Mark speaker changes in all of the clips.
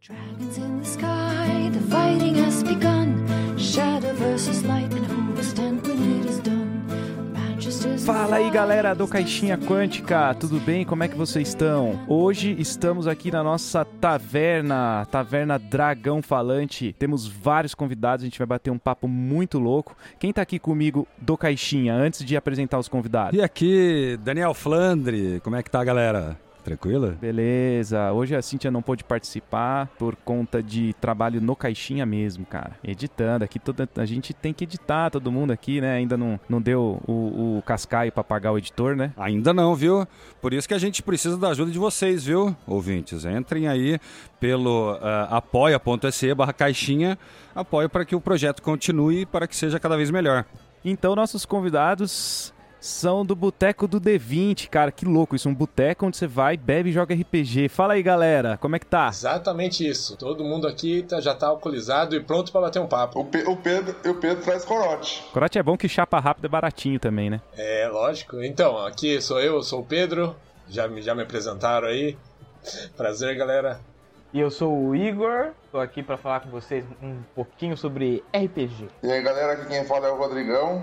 Speaker 1: Dragons in the sky, the fighting has begun. Shadow versus light, and who will stand when it is done?
Speaker 2: Fala aí, galera do Caixinha Quântica, tudo bem? Como é que vocês estão? Hoje estamos aqui na nossa Taverna Dragão Falante. Temos vários convidados, a gente vai bater um papo muito louco. Quem tá aqui comigo do Caixinha, antes de apresentar os convidados?
Speaker 3: E aqui, Daniel Flandre, como é que tá, galera? Tranquilo?
Speaker 2: Beleza, hoje a Cíntia não pôde participar por conta de trabalho no Caixinha mesmo, cara. Editando aqui, a gente tem que editar todo mundo aqui, né? Ainda não deu o cascaio pra pagar o editor, né?
Speaker 3: Ainda não, viu? Por isso que a gente precisa da ajuda de vocês, viu, ouvintes? Entrem aí pelo apoia.se/caixinha, apoia para que o projeto continue e para que seja cada vez melhor.
Speaker 2: Então, nossos convidados são do Boteco do D20, cara, que louco isso, um boteco onde você vai, bebe e joga RPG. Fala aí, galera, como é que tá?
Speaker 4: Exatamente isso, todo mundo aqui já tá alcoolizado e pronto pra bater um papo.
Speaker 5: O Pedro traz corote.
Speaker 2: Corote é bom que chapa rápido é baratinho também, né?
Speaker 4: É, lógico. Então, aqui sou eu sou o Pedro, já me apresentaram aí. Prazer, galera.
Speaker 6: E eu sou o Igor, tô aqui pra falar com vocês um pouquinho sobre RPG.
Speaker 5: E aí, galera, aqui quem fala é o Rodrigão.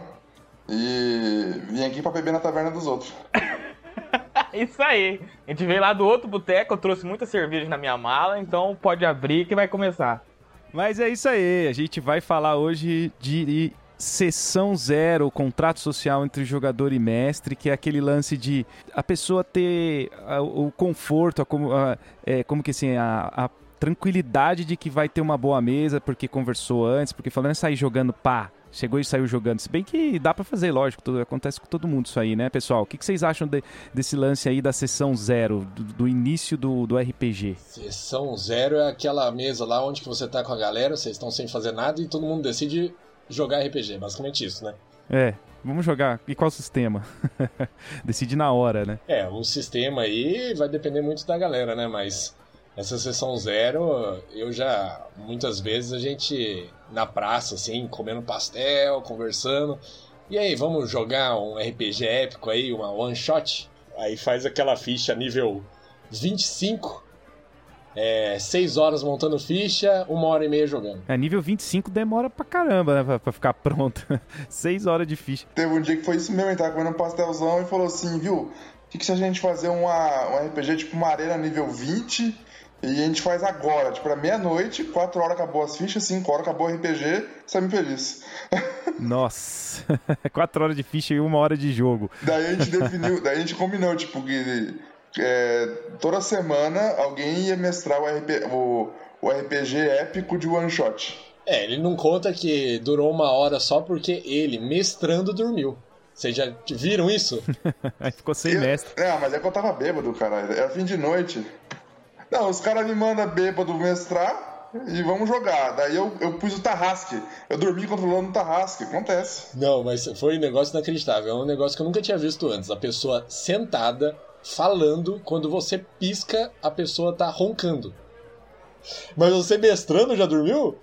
Speaker 5: E vim aqui pra beber na taverna dos outros.
Speaker 6: Isso aí. A gente veio lá do outro boteco, eu trouxe muita cerveja na minha mala, então pode abrir que vai começar.
Speaker 2: Mas é isso aí, a gente vai falar hoje de Sessão Zero, contrato social entre jogador e mestre, que é aquele lance de a pessoa ter o conforto, como que assim, a tranquilidade de que vai ter uma boa mesa, porque conversou antes, porque falando é sair jogando pá. Chegou e saiu jogando. Se bem que dá pra fazer, lógico. Acontece com todo mundo isso aí, né, pessoal? O que vocês acham desse lance aí da sessão zero, do início do RPG?
Speaker 4: Sessão zero é aquela mesa lá onde que você tá com a galera, vocês estão sem fazer nada e todo mundo decide jogar RPG. Basicamente isso, né?
Speaker 2: É, vamos jogar. E qual sistema? Decide na hora, né?
Speaker 4: É, o sistema aí vai depender muito da galera, né? Mas essa sessão zero, muitas vezes a gente na praça, assim, comendo pastel, conversando. E aí, vamos jogar um RPG épico aí, uma one shot? Aí faz aquela ficha nível 25, 6 horas montando ficha, 1h30 jogando.
Speaker 2: Nível 25 demora pra caramba, né, pra ficar pronto. 6 horas de ficha.
Speaker 5: Teve um dia que foi isso mesmo, ele tava comendo um pastelzão e falou assim, viu, o que se a gente fazer um RPG, tipo uma arena nível 20... E a gente faz agora, tipo, era meia-noite, 4 horas acabou as fichas, 5 horas acabou o RPG, saímos feliz.
Speaker 2: Nossa, 4 horas de ficha e 1 hora de jogo.
Speaker 5: Daí a gente combinou, tipo, que toda semana alguém ia mestrar o RPG épico de one shot.
Speaker 4: Ele não conta que durou 1 hora só porque ele, mestrando, dormiu. Vocês já viram isso?
Speaker 2: Aí ficou sem mestre.
Speaker 5: Mas é que eu tava bêbado, caralho, era fim de noite. Não, os caras me mandam bêbado mestrar e vamos jogar. Daí eu pus o Tarrasque. Eu dormi controlando o Tarrasque. Acontece.
Speaker 4: Não, mas foi um negócio inacreditável. É um negócio que eu nunca tinha visto antes. A pessoa sentada, falando, quando você pisca, a pessoa tá roncando. Mas você mestrando já dormiu?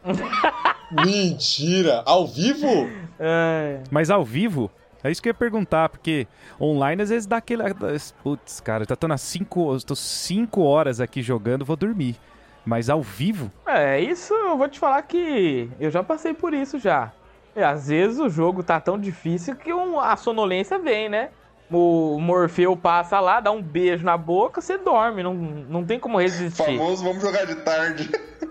Speaker 4: Mentira! Ao vivo?
Speaker 2: Mas ao vivo? É isso que eu ia perguntar, porque online às vezes dá aquele... Putz, cara, tô 5 horas aqui jogando, vou dormir. Mas ao vivo?
Speaker 6: Isso eu vou te falar que eu já passei por isso já. Às vezes o jogo tá tão difícil que a sonolência vem, né? O Morfeu passa lá, dá um beijo na boca, você dorme, não tem como resistir.
Speaker 5: Famoso, vamos jogar de tarde.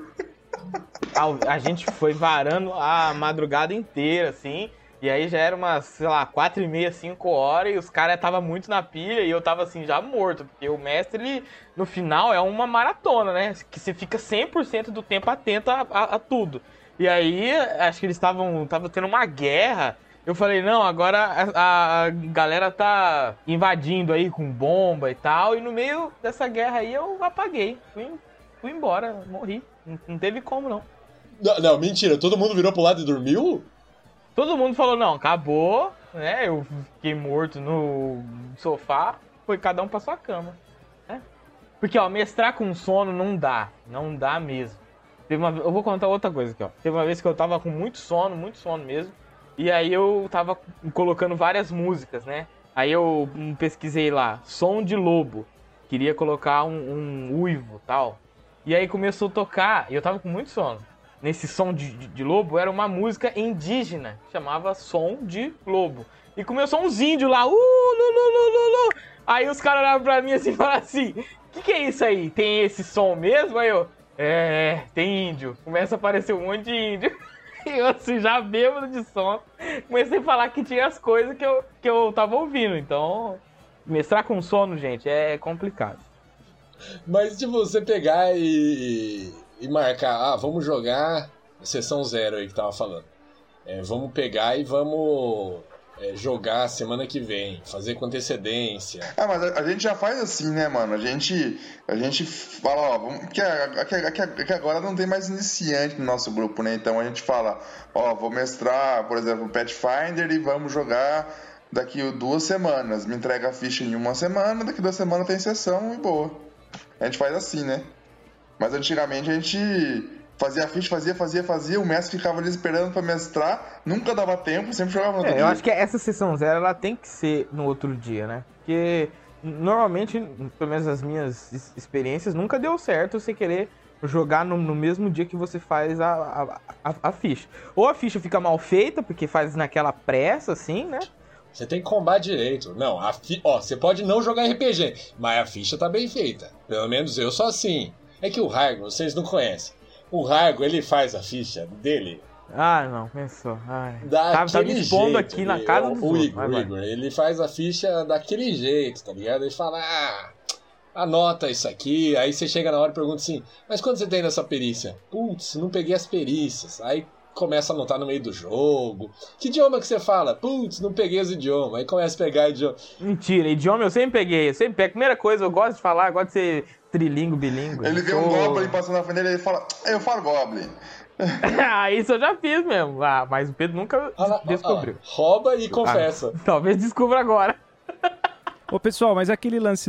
Speaker 6: A gente foi varando a madrugada inteira, assim... E aí já era umas, sei lá, 4h30, 5 horas, e os caras estavam muito na pilha, e eu tava assim, já morto, porque o mestre, ele, no final, é uma maratona, né? Que você fica 100% do tempo atento a tudo. E aí, acho que eles estavam tendo uma guerra. Eu falei, não, agora a galera tá invadindo aí com bomba e tal, e no meio dessa guerra aí eu apaguei. Fui embora, morri. Não teve como, não.
Speaker 4: Não, mentira, todo mundo virou pro lado e dormiu?
Speaker 6: Todo mundo falou, não, acabou, né? Eu fiquei morto no sofá, foi cada um pra sua cama, né? Porque, mestrar com sono não dá mesmo. Eu vou contar outra coisa aqui, ó. Teve uma vez que eu tava com muito sono mesmo, e aí eu tava colocando várias músicas, né? Aí eu pesquisei lá, som de lobo, queria colocar um uivo e tal. E aí começou a tocar, e eu tava com muito sono. Nesse som de lobo, era uma música indígena, chamava Som de Lobo. E começou uns índios lá, lulululu. Aí os caras olhavam pra mim assim e falaram assim, que é isso aí? Tem esse som mesmo? Aí eu, tem índio. Começa a aparecer um monte de índio. E eu assim, já bêbado de sono, comecei a falar que tinha as coisas que eu tava ouvindo. Então, mestrar com sono, gente, é complicado.
Speaker 4: Mas de você pegar e marcar, vamos jogar sessão 0 aí que tava falando. Vamos pegar e vamos jogar semana que vem, fazer com antecedência.
Speaker 5: Mas a gente já faz assim, né, mano? A gente fala, que agora não tem mais iniciante no nosso grupo, né? Então a gente fala, vou mestrar, por exemplo, Pathfinder e vamos jogar daqui 2 semanas. Me entrega a ficha em 1 semana, daqui 2 semanas tem sessão e boa. A gente faz assim, né? Mas antigamente a gente fazia a ficha, fazia, o mestre ficava ali esperando pra mestrar, nunca dava tempo, sempre jogava no outro dia.
Speaker 6: Eu acho que essa sessão 0, ela tem que ser no outro dia, né? Porque normalmente, pelo menos as minhas experiências, nunca deu certo você querer jogar no mesmo dia que você faz a ficha. Ou a ficha fica mal feita, porque faz naquela pressa, assim, né?
Speaker 4: Você tem que combar direito. Não, você pode não jogar RPG, mas a ficha tá bem feita. Pelo menos eu sou assim. É que o Raigo, vocês não conhecem. O Raigo, ele faz a ficha dele.
Speaker 6: Não, pensou.
Speaker 4: Tá
Speaker 6: me expondo
Speaker 4: jeito,
Speaker 6: aqui na casa dos outros.
Speaker 4: O Igor, ele faz a ficha daquele jeito, tá ligado? Ele fala, anota isso aqui. Aí você chega na hora e pergunta assim, mas quando você tem nessa perícia? Putz, não peguei as perícias. Aí começa a anotar no meio do jogo. Que idioma que você fala? Putz, não peguei os idiomas. Aí começa a pegar idioma.
Speaker 6: Mentira, idioma eu sempre peguei. A primeira coisa, eu gosto de falar, eu gosto de ser trilingue, bilíngue.
Speaker 5: Ele vê um Goblin passando na frente dele e ele fala, eu falo Goblin.
Speaker 6: Isso eu já fiz mesmo. Mas o Pedro nunca descobriu.
Speaker 4: Rouba e confessa.
Speaker 6: Talvez descubra agora.
Speaker 2: Ô, pessoal, mas aquele lance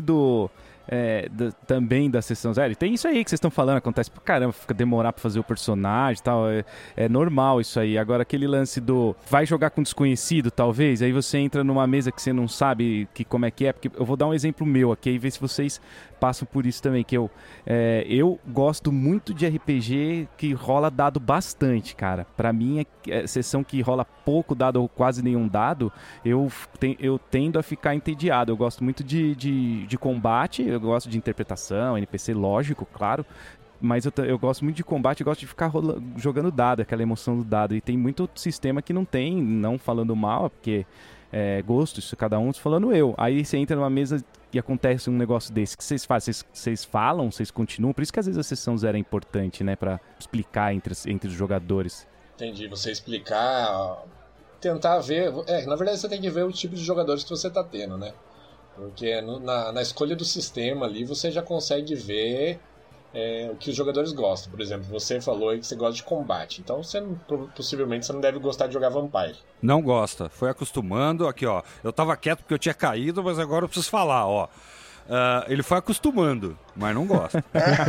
Speaker 2: também da sessão 0, tem isso aí que vocês estão falando, acontece pra caramba, fica demorar pra fazer o personagem e tal, é normal isso aí. Agora aquele lance vai jogar com desconhecido, talvez, aí você entra numa mesa que você não sabe como é que é, porque eu vou dar um exemplo meu aqui e ver se vocês passam por isso também, que eu gosto muito de RPG que rola dado bastante, cara. Pra mim, sessão que rola pouco dado ou quase nenhum dado, eu tendo a ficar entediado. Eu gosto muito de combate, eu gosto de interpretação, NPC, lógico, claro, mas eu gosto muito de combate, eu gosto de ficar jogando dado, aquela emoção do dado, e tem muito outro sistema que não tem, não falando mal, porque gosto, isso cada um falando eu. Aí você entra numa mesa e acontece um negócio desse, que vocês fazem? Vocês falam, vocês continuam, por isso que às vezes a sessão 0 é importante, né, pra explicar entre os jogadores.
Speaker 4: Entendi, você explicar, tentar ver, na verdade você tem que ver o tipo de jogadores que você tá tendo, né? Porque na escolha do sistema ali você já consegue ver o que os jogadores gostam. Por exemplo, você falou aí que você gosta de combate, então possivelmente você não deve gostar de jogar Vampire.
Speaker 3: Não gosta, foi acostumando. Aqui, ó, eu tava quieto porque eu tinha caído, mas agora eu preciso falar, ó. Ele foi acostumando, mas não gosta.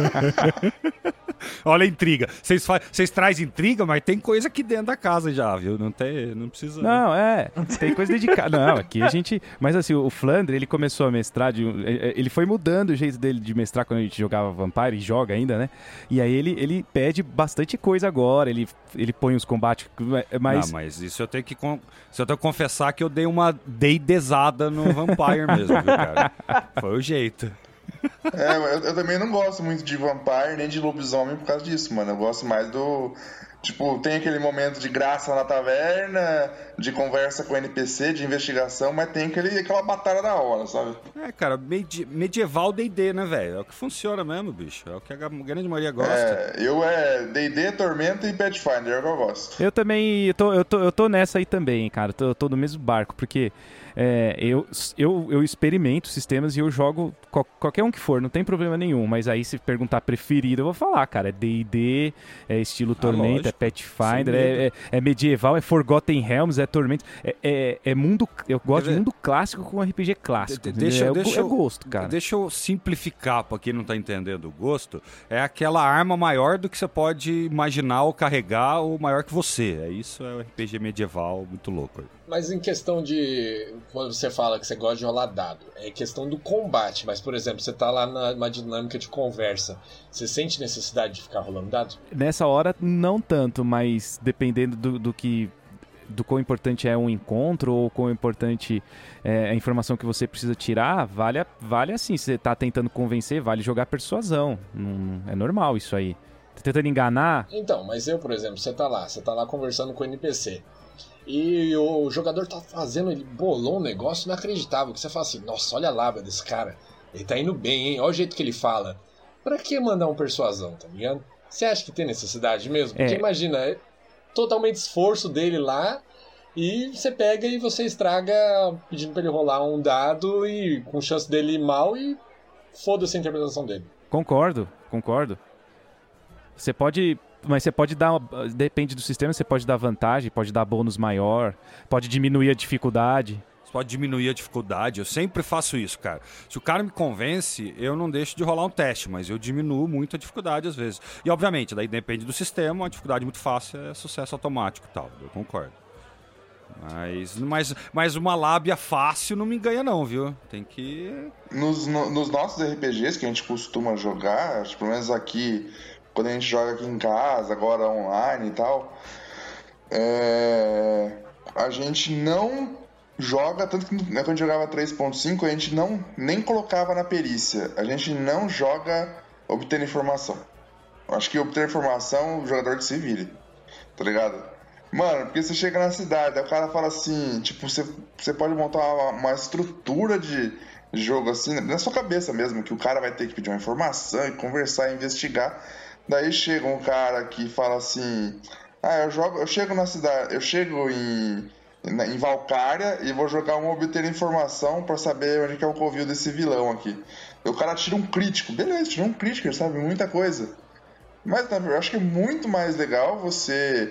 Speaker 3: Olha a intriga. Vocês trazem intriga, mas tem coisa aqui dentro da casa já, viu? Não precisa...
Speaker 2: Não, tem coisa dedicada. Não, aqui a gente... Mas assim, o Flandre, ele começou a mestrar, ele foi mudando o jeito dele de mestrar quando a gente jogava Vampire, e joga ainda, né? E aí ele pede bastante coisa agora, ele põe os combates, mas...
Speaker 3: Não, mas isso eu tenho que confessar que eu dei uma deidezada no Vampire mesmo, viu, cara? Foi o jeito.
Speaker 5: Eu também não gosto muito de Vampire nem de lobisomem por causa disso, mano. Eu gosto mais do... Tipo, tem aquele momento de graça na taverna, de conversa com o NPC, de investigação, mas tem aquela batalha da hora, sabe?
Speaker 3: Cara, medieval D&D, né, velho? É o que funciona mesmo, bicho. É o que a grande maioria gosta.
Speaker 5: Eu D&D, Tormenta e Pathfinder, é o que eu gosto.
Speaker 2: Eu também, eu tô nessa aí também, cara. Eu tô no mesmo barco, porque... eu experimento sistemas e eu jogo qualquer um que for, não tem problema nenhum, mas aí se perguntar preferido, eu vou falar, cara, é D&D, é estilo Tormenta, é Pathfinder, é medieval, é Forgotten Realms, é Tormenta, é mundo, eu gosto de mundo clássico com RPG clássico, é gosto, cara.
Speaker 3: Deixa eu simplificar pra quem não tá entendendo o gosto, é aquela arma maior do que você pode imaginar ou carregar, ou maior que você, isso é o RPG medieval muito louco aí.
Speaker 4: Mas em questão de... Quando você fala que você gosta de rolar dado, é questão do combate. Mas, por exemplo, você tá lá numa dinâmica de conversa. Você sente necessidade de ficar rolando dado?
Speaker 2: Nessa hora, não tanto, mas dependendo do quão importante é um encontro ou quão importante é a informação que você precisa tirar, vale assim. Se você tá tentando convencer, vale jogar persuasão. É normal isso aí. Tá tentando enganar?
Speaker 4: Então, mas por exemplo, você tá lá conversando com o NPC. E o jogador tá fazendo, ele bolou um negócio inacreditável. Que você fala assim, nossa, olha a lábia desse cara. Ele tá indo bem, hein? Olha o jeito que ele fala. Pra que mandar um persuasão, tá ligado? Você acha que tem necessidade mesmo? Porque imagina, é totalmente esforço dele lá. E você pega e você estraga pedindo pra ele rolar um dado e com chance dele ir mal e foda-se a interpretação dele.
Speaker 2: Concordo. Mas você pode dar, depende do sistema, você pode dar vantagem, pode dar bônus maior, pode diminuir a dificuldade.
Speaker 3: Você pode diminuir a dificuldade, eu sempre faço isso, cara. Se o cara me convence, eu não deixo de rolar um teste, mas eu diminuo muito a dificuldade às vezes. E obviamente, daí depende do sistema, uma dificuldade muito fácil é sucesso automático e tal, eu concordo. Mas uma lábia fácil não me ganha não, viu? Tem que...
Speaker 5: Nos nossos RPGs que a gente costuma jogar, pelo menos aqui, quando a gente joga aqui em casa, agora online e tal, a gente não joga, tanto que quando a gente jogava 3.5, a gente nem colocava na perícia. A gente não joga obter informação. Acho que obter informação, o jogador que se vire, tá ligado? Mano, porque você chega na cidade, aí o cara fala assim, tipo, você pode montar uma estrutura de jogo assim, na sua cabeça mesmo, que o cara vai ter que pedir uma informação e conversar e investigar. Daí chega um cara que fala assim, eu chego na cidade, eu chego em Valcária e vou jogar um obter informação pra saber onde que é o covil desse vilão aqui. E o cara tira um crítico, beleza, tira um crítico, ele sabe muita coisa. Mas eu acho que é muito mais legal você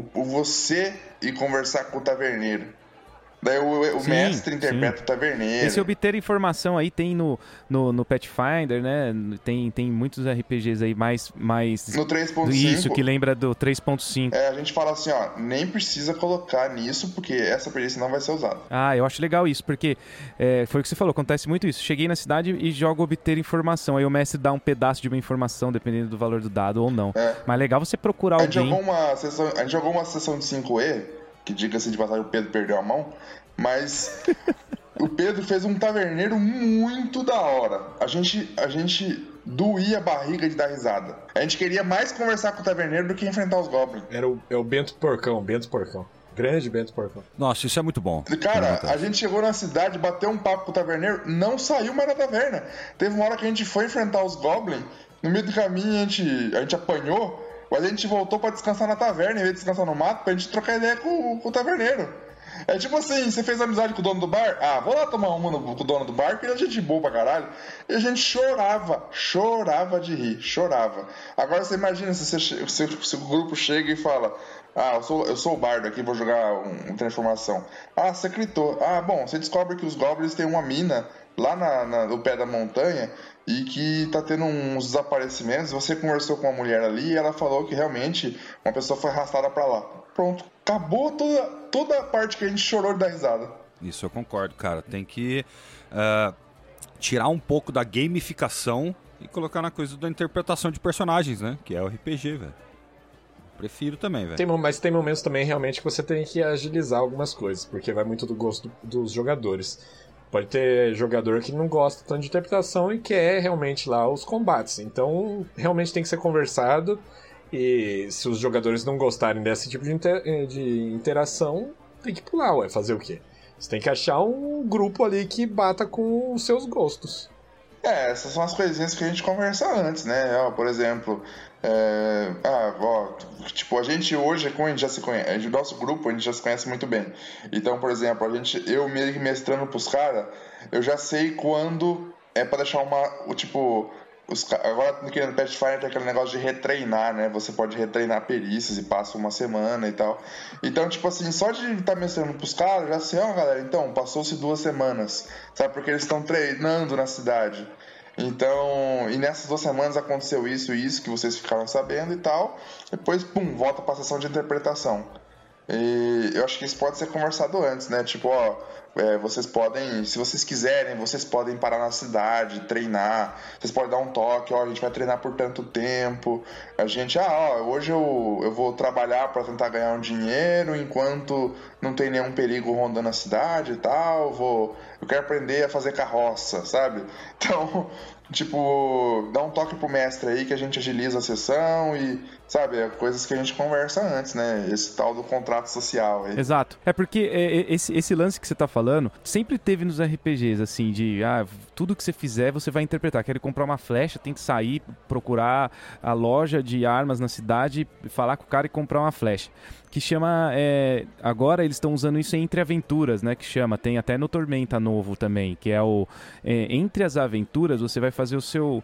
Speaker 5: ir conversar com o taverneiro. Daí o mestre interpreta o taverneiro.
Speaker 2: Esse obter informação aí tem no Pathfinder, né? Tem muitos RPGs aí mais
Speaker 5: no 3.5.
Speaker 2: Isso, que lembra do 3.5.
Speaker 5: A gente fala assim, ó, nem precisa colocar nisso, porque essa perícia não vai ser usada.
Speaker 2: Ah, eu acho legal isso, porque foi o que você falou, acontece muito isso. Cheguei na cidade e jogo obter informação. Aí o mestre dá um pedaço de uma informação, dependendo do valor do dado ou não. Mas é legal você procurar alguém.
Speaker 5: A gente jogou uma sessão de 5E, que diga-se de passagem, o Pedro perdeu a mão, mas o Pedro fez um taverneiro muito da hora. A gente doía a barriga de dar risada. A gente queria mais conversar com o taverneiro do que enfrentar os goblins.
Speaker 4: É o Bento Porcão. Grande Bento Porcão.
Speaker 3: Nossa, isso é muito bom.
Speaker 5: Cara, a gente chegou na cidade, bateu um papo com o taverneiro, não saiu mais da taverna. Teve uma hora que a gente foi enfrentar os goblins, no meio do caminho a gente apanhou, mas a gente voltou pra descansar na taverna, em vez de descansar no mato, pra gente trocar ideia com o taverneiro. É tipo assim, você fez amizade com o dono do bar? Vou lá tomar uma com o dono do bar, porque ele é gente boa pra caralho. E a gente chorava de rir, chorava. Agora você imagina se o grupo chega e fala, eu sou o bardo aqui, vou jogar uma transformação. Você gritou. Bom, você descobre que os goblins têm uma mina lá no pé da montanha e que tá tendo uns desaparecimentos. Você conversou com uma mulher ali e ela falou que realmente uma pessoa foi arrastada pra lá. Pronto, acabou toda a parte que a gente chorou de dar risada.
Speaker 3: Isso eu concordo, cara. Tem que tirar um pouco da gamificação e colocar na coisa da interpretação de personagens, né? Que é o RPG, velho. Prefiro também, velho.
Speaker 4: Mas tem momentos também realmente que você tem que agilizar algumas coisas, porque vai muito do gosto dos jogadores. Pode ter jogador que não gosta tanto de interpretação e quer realmente lá os combates. Então, realmente tem que ser conversado. E se os jogadores não gostarem desse tipo de interação, tem que pular, fazer o quê? Você tem que achar um grupo ali que bata com os seus gostos.
Speaker 5: Essas são as coisinhas que a gente conversa antes, né? Por exemplo, tipo, a gente hoje, como a gente já se conhece, o nosso grupo a gente já se conhece muito bem. Então, por exemplo, eu meio que mestrando pros caras, eu já sei quando é pra deixar agora no Pathfinder tem aquele negócio de retreinar, né? Você pode retreinar perícias e passa uma semana e tal. Então, tipo assim, só de estar mestrando pros caras, já sei, galera, então, passou-se 2 semanas, sabe? Porque eles estão treinando na cidade. Então, e nessas 2 semanas aconteceu isso, que vocês ficaram sabendo e tal. Depois, volta pra sessão de interpretação. E eu acho que isso pode ser conversado antes, né? Tipo, ó, vocês podem, se vocês quiserem, vocês podem parar na cidade, treinar. Vocês podem dar um toque, ó, a gente vai treinar por tanto tempo. A gente, hoje eu vou trabalhar para tentar ganhar um dinheiro enquanto não tem nenhum perigo rondando a cidade e tal. Eu quero aprender a fazer carroça, sabe? Então, tipo, dá um toque pro mestre aí que a gente agiliza a sessão e, sabe, coisas que a gente conversa antes, né? Esse tal do contrato social aí.
Speaker 2: Exato. É porque esse lance que você tá falando sempre teve nos RPGs, assim, de tudo que você fizer você vai interpretar. Quer comprar uma flecha, tem que sair, procurar a loja de armas na cidade, falar com o cara e comprar uma flecha. Que chama... agora eles estão usando isso em Entre Aventuras, né? Que chama, tem até no Tormenta novo também, que é o... entre as aventuras, você vai fazer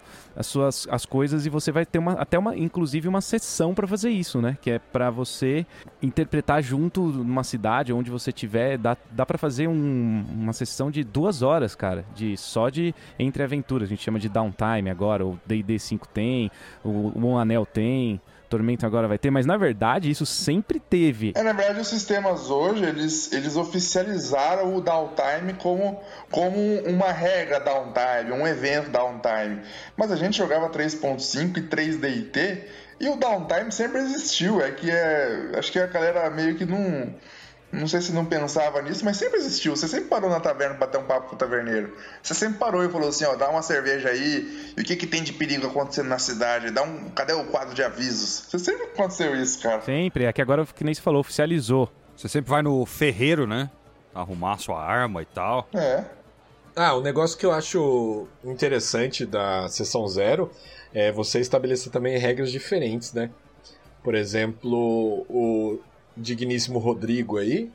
Speaker 2: as coisas e você vai ter inclusive uma sessão para fazer isso, né? Que é para você interpretar junto numa cidade, onde você tiver. Dá para fazer uma sessão de 2 horas, cara, só de Entre Aventuras. A gente chama de downtime agora, o D&D 5 tem, o Um Anel tem... Tormenta agora vai ter, mas na verdade isso sempre teve.
Speaker 5: Na verdade os sistemas hoje, eles oficializaram o downtime como uma regra downtime, um evento downtime. Mas a gente jogava 3.5 e 3D&T e o downtime sempre existiu. Acho que a galera meio que não sei se não pensava nisso, mas sempre existiu. Você sempre parou na taverna pra bater um papo com o taverneiro. Você sempre parou e falou assim, ó, dá uma cerveja aí, e o que tem de perigo acontecendo na cidade? Cadê o quadro de avisos? Você sempre aconteceu isso, cara.
Speaker 2: Sempre, é que agora, que nem você falou, oficializou.
Speaker 3: Você sempre vai no ferreiro, né? Arrumar sua arma e tal.
Speaker 7: O negócio que eu acho interessante da sessão 0 é você estabelecer também regras diferentes, né? Por exemplo, o digníssimo Rodrigo aí,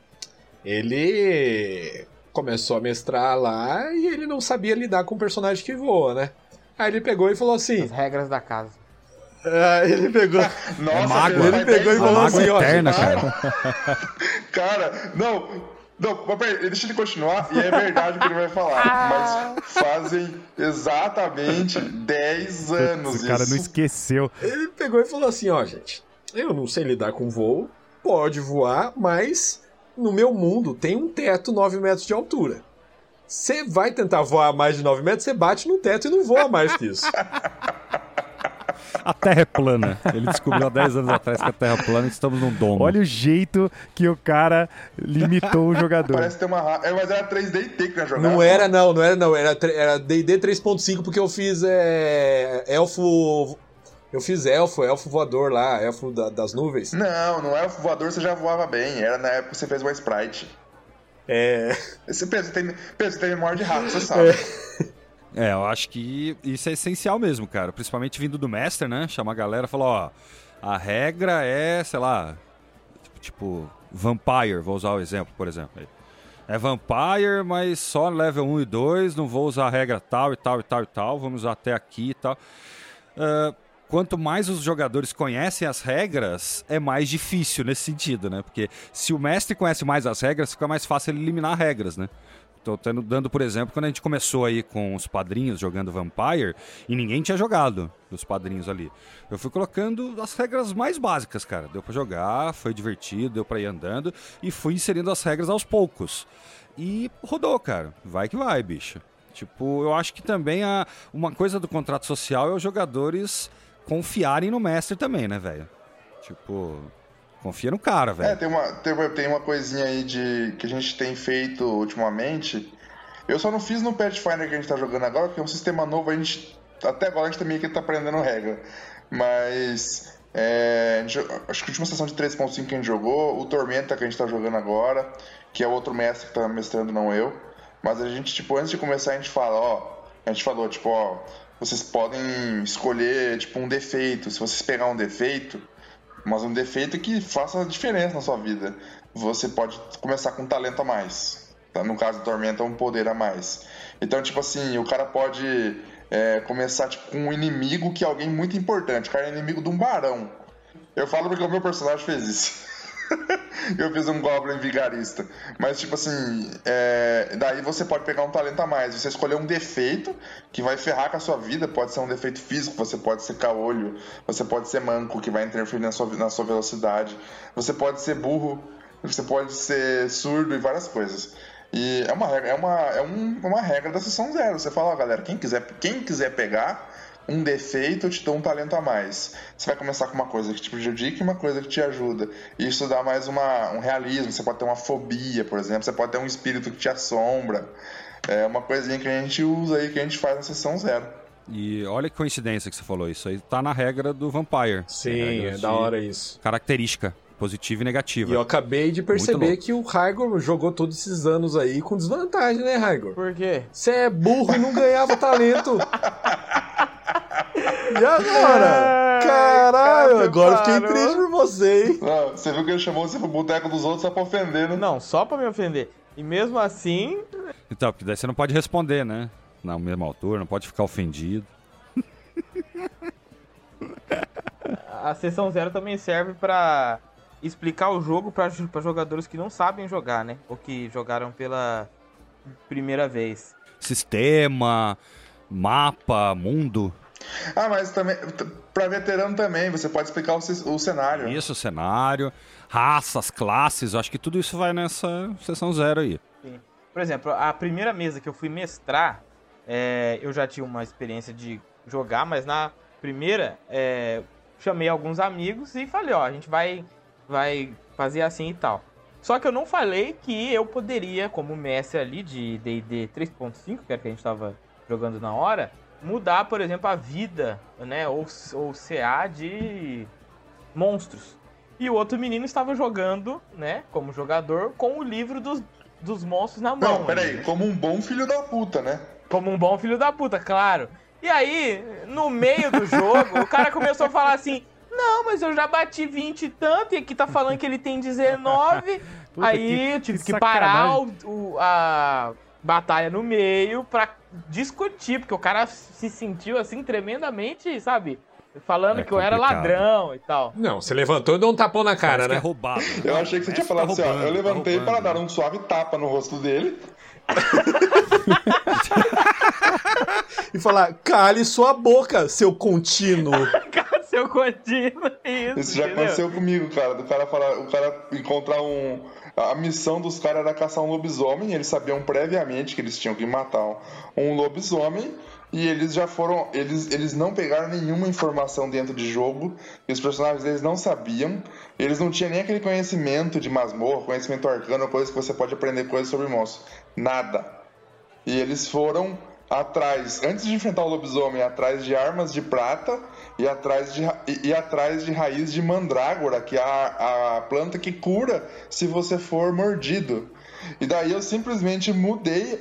Speaker 7: ele começou a mestrar lá e ele não sabia lidar com o personagem que voa, né? Aí ele pegou e falou assim...
Speaker 6: As regras da casa.
Speaker 7: Ele pegou...
Speaker 5: Nossa,
Speaker 7: ele pegou e falou assim, ó...
Speaker 5: Cara, não, peraí, deixa ele continuar e é verdade o que ele vai falar. Mas fazem exatamente 10 anos
Speaker 2: isso. O cara não esqueceu.
Speaker 7: Ele pegou e falou assim, ó, gente, eu não sei lidar com voo, pode voar, mas no meu mundo tem um teto 9 metros de altura. Você vai tentar voar mais de 9 metros, você bate no teto e não voa mais que isso.
Speaker 3: A Terra é plana. Ele descobriu há 10 anos atrás que a Terra é plana e estamos num domo.
Speaker 2: Olha o jeito que o cara limitou o jogador.
Speaker 5: Parece ter uma... Mas era 3D&T que nós jogávamos.
Speaker 7: Não era não. Era D&D 3.5 porque eu fiz elfo... Eu fiz elfo voador lá, elfo das nuvens.
Speaker 5: Não elfo voador você já voava bem. Era na época que você fez o Sprite. Esse Pedro tem memória de rato, você sabe.
Speaker 3: Eu acho que isso é essencial mesmo, cara. Principalmente vindo do mestre, né? Chamar a galera e falar, ó, a regra é, sei lá, tipo, Vampire, vou usar o exemplo, por exemplo. É Vampire, mas só level 1 e 2, não vou usar a regra tal e tal e tal e tal, vamos usar até aqui e tal. Quanto mais os jogadores conhecem as regras, é mais difícil nesse sentido, né? Porque se o mestre conhece mais as regras, fica mais fácil ele eliminar regras, né? Tô dando, por exemplo, quando a gente começou aí com os padrinhos jogando Vampire, e ninguém tinha jogado os padrinhos ali. Eu fui colocando as regras mais básicas, cara. Deu pra jogar, foi divertido, deu pra ir andando, e fui inserindo as regras aos poucos. E rodou, cara. Vai que vai, bicho. Tipo, eu acho que também uma coisa do contrato social é os jogadores confiarem no mestre também, né, velho? Tipo, confia no cara, velho.
Speaker 5: Tem uma coisinha aí que a gente tem feito ultimamente. Eu só não fiz no Pathfinder que a gente tá jogando agora, porque é um sistema novo, até agora a gente também tá aprendendo regra. Mas acho que a última sessão de 3.5 que a gente jogou, o Tormenta que a gente tá jogando agora, que é outro mestre que tá mestrando, não eu. Mas a gente, tipo, antes de começar, a gente falou, vocês podem escolher, tipo, um defeito. Se vocês pegar um defeito, mas um defeito que faça diferença na sua vida, você pode começar com um talento a mais. Tá? No caso do Tormenta, um poder a mais. Então, tipo assim, o cara pode começar tipo, com um inimigo que é alguém muito importante. O cara é inimigo de um barão. Eu falo porque o meu personagem fez isso. Eu fiz um Goblin vigarista. Mas tipo assim, daí você pode pegar um talento a mais. Você escolher um defeito que vai ferrar com a sua vida. Pode ser um defeito físico, você pode ser caolho, você pode ser manco, que vai interferir na sua velocidade. Você pode ser burro, você pode ser surdo e várias coisas. E é uma regra da sessão 0. Você fala, ó, galera, quem quiser pegar um defeito, eu te dou um talento a mais. Você vai começar com uma coisa que te prejudica e uma coisa que te ajuda. E isso dá mais um realismo. Você pode ter uma fobia, por exemplo. Você pode ter um espírito que te assombra. É uma coisinha que a gente usa aí, que a gente faz na sessão 0.
Speaker 3: E olha que coincidência que você falou isso aí. Tá na regra do Vampire.
Speaker 7: Sim, é da hora isso.
Speaker 3: Característica. Positiva e negativa.
Speaker 7: E eu acabei de perceber que o Raigor jogou todos esses anos aí com desvantagem, né, Raigor?
Speaker 6: Por quê?
Speaker 7: Você é burro e não ganhava talento. E agora? Caralho, agora eu fiquei triste por você, hein?
Speaker 5: Não, você viu que ele chamou você pro boteco dos outros só pra ofender, né?
Speaker 6: Não, só pra me ofender. E mesmo assim...
Speaker 3: Então, porque daí você não pode responder, né? Na mesma altura, não pode ficar ofendido.
Speaker 6: A sessão 0 também serve pra explicar o jogo pra jogadores que não sabem jogar, né? Ou que jogaram pela primeira vez.
Speaker 3: Sistema, mapa, mundo.
Speaker 5: Ah, mas também, pra veterano também, você pode explicar o cenário.
Speaker 3: Isso, cenário, raças, classes, eu acho que tudo isso vai nessa sessão 0 aí.
Speaker 6: Sim. Por exemplo, a primeira mesa que eu fui mestrar, eu já tinha uma experiência de jogar, mas na primeira, chamei alguns amigos e falei, ó, a gente vai fazer assim e tal. Só que eu não falei que eu poderia, como mestre ali de D&D 3.5, que era que a gente tava jogando na hora, mudar, por exemplo, a vida, né, ou CA de monstros. E o outro menino estava jogando, né, como jogador, com o livro dos monstros na mão.
Speaker 5: Não, peraí, como um bom filho da puta, né?
Speaker 6: Como um bom filho da puta, claro. E aí, no meio do jogo, o cara começou a falar assim, não, mas eu já bati 20 e tanto, e aqui tá falando que ele tem 19.
Speaker 2: Puta,
Speaker 6: aí eu tive que
Speaker 2: sacanagem.
Speaker 6: parar a batalha no meio pra discutir, porque o cara se sentiu assim tremendamente, sabe? Falando que eu era
Speaker 3: complicado.
Speaker 6: ladrão e tal.
Speaker 7: Não, você levantou e deu um tapão na cara,
Speaker 3: Parece que
Speaker 7: né?
Speaker 3: é roubado.
Speaker 5: Eu achei que você tinha falado assim, ó, eu levantei para dar um suave tapa no rosto dele.
Speaker 7: E falar, cale sua boca, seu contínuo.
Speaker 6: Seu contínuo,
Speaker 5: Isso já
Speaker 6: entendeu?
Speaker 5: aconteceu comigo, cara. O cara encontrar a missão dos caras era caçar um lobisomem. Eles sabiam previamente que eles tinham que matar um lobisomem. E eles já foram... Eles não pegaram nenhuma informação dentro de jogo. E os personagens deles não sabiam. Eles não tinham nem aquele conhecimento de masmorra, conhecimento arcano, coisa que você pode aprender coisas sobre monstros. Nada. E eles foram atrás, antes de enfrentar o lobisomem, atrás de armas de prata e atrás de raiz de mandrágora, que é a planta que cura se você for mordido. E daí eu simplesmente mudei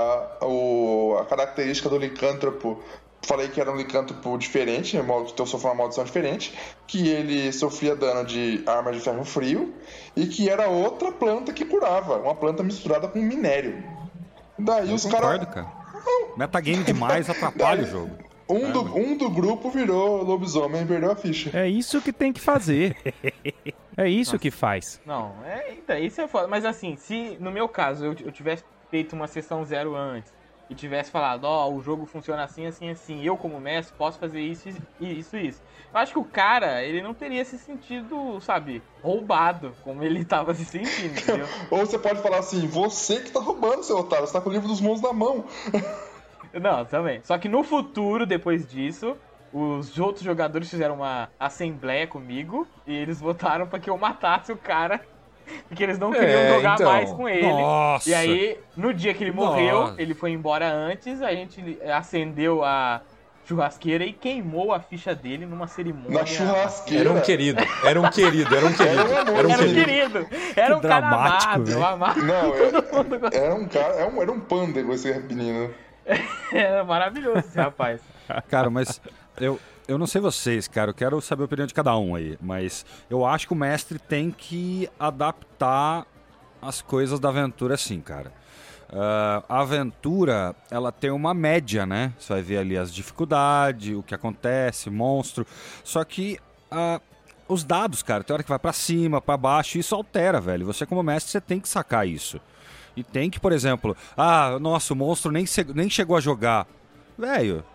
Speaker 5: a característica do licântropo. Falei que era um licântropo diferente, então sofreu uma maldição diferente, que ele sofria dano de arma de ferro frio e que era outra planta que curava, uma planta misturada com minério. Daí os caras...
Speaker 3: cara. Metagame demais atrapalha o jogo.
Speaker 5: Um do grupo virou lobisomem e perdeu a ficha.
Speaker 2: É isso que tem que fazer. É isso que faz.
Speaker 6: Não, então, isso é foda. Mas assim, se no meu caso eu tivesse feito uma sessão 0 antes e tivesse falado, ó, o jogo funciona assim, assim, assim, eu como mestre posso fazer isso, isso, isso. Eu acho que o cara, ele não teria se sentido, sabe, roubado, como ele tava se sentindo, entendeu?
Speaker 5: Ou você pode falar assim, você que tá roubando, seu otário, você tá com o livro dos monstros na mão.
Speaker 6: Não, também. Só que no futuro, depois disso, os outros jogadores fizeram uma assembleia comigo e eles votaram pra que eu matasse o cara, porque eles não queriam jogar
Speaker 7: então.
Speaker 6: mais com ele.
Speaker 3: Nossa.
Speaker 6: E aí, no dia que ele morreu, ele foi embora antes, a gente acendeu a churrasqueira e queimou a ficha dele numa cerimônia.
Speaker 5: Na churrasqueira.
Speaker 7: Era um querido. Era um querido.
Speaker 6: Era um querido. Era um cara
Speaker 2: dramático,
Speaker 6: amado,
Speaker 2: velho.
Speaker 6: amado.
Speaker 5: Não, era um cara, era um pândego esse menino.
Speaker 6: Era maravilhoso esse rapaz.
Speaker 3: Cara, mas eu não sei vocês, cara, eu quero saber a opinião de cada um aí, mas eu acho que o mestre tem que adaptar as coisas da aventura assim, cara. A aventura, ela tem uma média, né? Você vai ver ali as dificuldades, o que acontece, monstro. Só que os dados, cara, tem hora que vai pra cima, pra baixo, e isso altera, velho. Você como mestre, você tem que sacar isso. E tem que, por exemplo, nossa, o monstro nem chegou a jogar. Velho,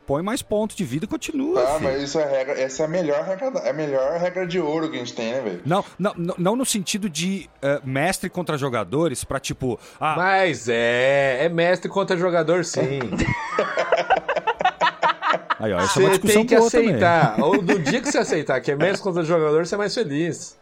Speaker 3: põe mais pontos de vida e continua.
Speaker 5: Ah,
Speaker 3: filho.
Speaker 5: mas isso é regra. Essa é a melhor regra de ouro que a gente tem, né, velho?
Speaker 3: Não no sentido de mestre contra jogadores, pra tipo.
Speaker 7: Mas é mestre contra jogador, sim.
Speaker 3: Aí, ó, essa é uma
Speaker 7: Você
Speaker 3: discussão
Speaker 7: tem que
Speaker 3: boa
Speaker 7: aceitar. Ou do dia que você aceitar que é mestre contra jogador, você é mais feliz.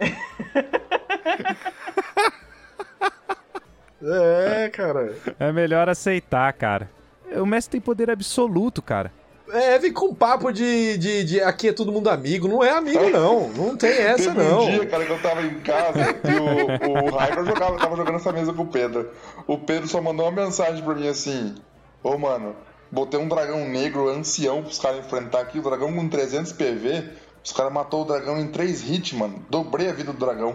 Speaker 7: Cara.
Speaker 2: É melhor aceitar, cara. O mestre tem poder absoluto, cara.
Speaker 7: Vem com papo de aqui é todo mundo amigo. Não é amigo, não. Não tem essa,
Speaker 5: Teve
Speaker 7: não.
Speaker 5: um dia, cara, que eu tava em casa e o Rainer tava jogando essa mesa com o Pedro. O Pedro só mandou uma mensagem pra mim assim: Ô, mano, botei um dragão negro ancião pros caras enfrentar aqui. O dragão com 300 PV. Os caras matou o dragão em 3 hits, mano. Dobrei a vida do dragão.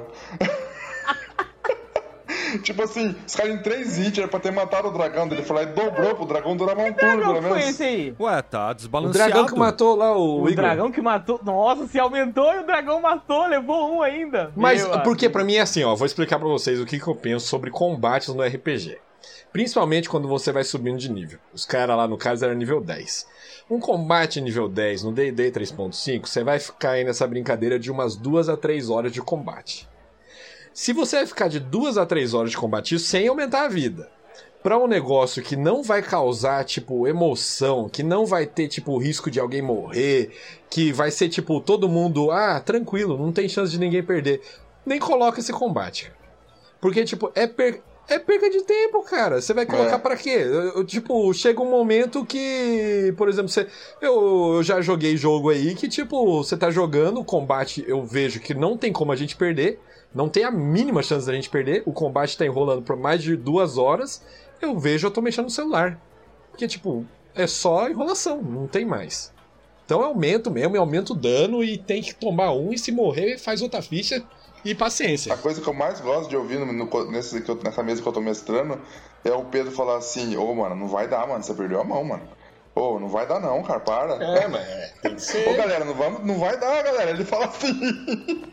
Speaker 5: Tipo assim, os caras em 3 hits era pra ter matado o dragão dele. Falou, dobrou pro dragão durar um turno, pelo menos.
Speaker 6: Foi esse aí?
Speaker 3: Ué, tá
Speaker 7: O
Speaker 3: desbalanceado.
Speaker 7: dragão que matou lá o Igor.
Speaker 6: Dragão que matou. Nossa, se aumentou e o dragão matou, levou um ainda.
Speaker 7: Mas
Speaker 6: Meu
Speaker 7: porque
Speaker 6: amigo.
Speaker 7: pra mim é assim, ó, vou explicar pra vocês o que eu penso sobre combates no RPG. Principalmente quando você vai subindo de nível. Os caras lá, no caso, eram nível 10. Um combate nível 10 no D&D 3.5, você vai ficar aí nessa brincadeira de umas 2 a 3 horas de combate. Se você vai ficar de 2 a 3 horas de combate sem aumentar a vida, pra um negócio que não vai causar, tipo, emoção, que não vai ter, tipo, risco de alguém morrer, que vai ser, tipo, todo mundo, tranquilo, não tem chance de ninguém perder, nem coloca esse combate. Porque, tipo, é perda de tempo, cara. Você vai colocar pra quê? Tipo, chega um momento que, por exemplo, eu já joguei jogo aí que, tipo, você tá jogando, o combate eu vejo que não tem como a gente perder, não tem a mínima chance da gente perder, o combate tá enrolando por mais de 2 horas, eu tô mexendo no celular. Porque, tipo, é só enrolação, não tem mais. Então eu aumento mesmo, eu aumento o dano e tem que tomar um, e se morrer, faz outra ficha e paciência.
Speaker 5: A coisa que eu mais gosto de ouvir nessa mesa que eu tô mestrando é o Pedro falar assim, mano, não vai dar, mano, você perdeu a mão, mano. Não vai dar não, cara, para.
Speaker 4: Mas tem que ser.
Speaker 5: Galera, não vai dar, galera. Ele fala assim.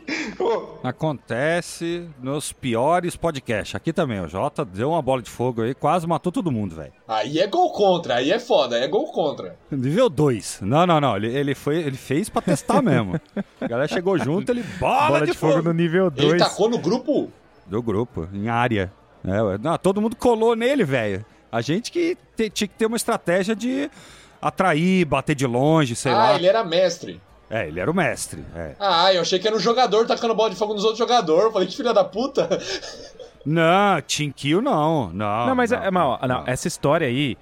Speaker 3: Acontece nos piores podcasts. Aqui também, o Jota deu uma bola de fogo aí, quase matou todo mundo, velho.
Speaker 4: Aí é gol contra, aí é foda, aí é gol contra.
Speaker 3: Nível 2. Não. Ele fez pra testar mesmo. A galera chegou junto, ele bola de fogo
Speaker 2: no nível 2.
Speaker 4: Ele tacou no grupo?
Speaker 3: Do grupo, em área. Todo mundo colou nele, velho. A gente que tinha que ter uma estratégia de atrair, bater de longe, sei lá.
Speaker 4: Ele era mestre.
Speaker 3: Ele era o mestre.
Speaker 4: Eu achei que era um jogador tacando bola de fogo nos outros jogadores. Falei, que filha da puta.
Speaker 3: Não, team kill não.
Speaker 2: Não, mas essa história aí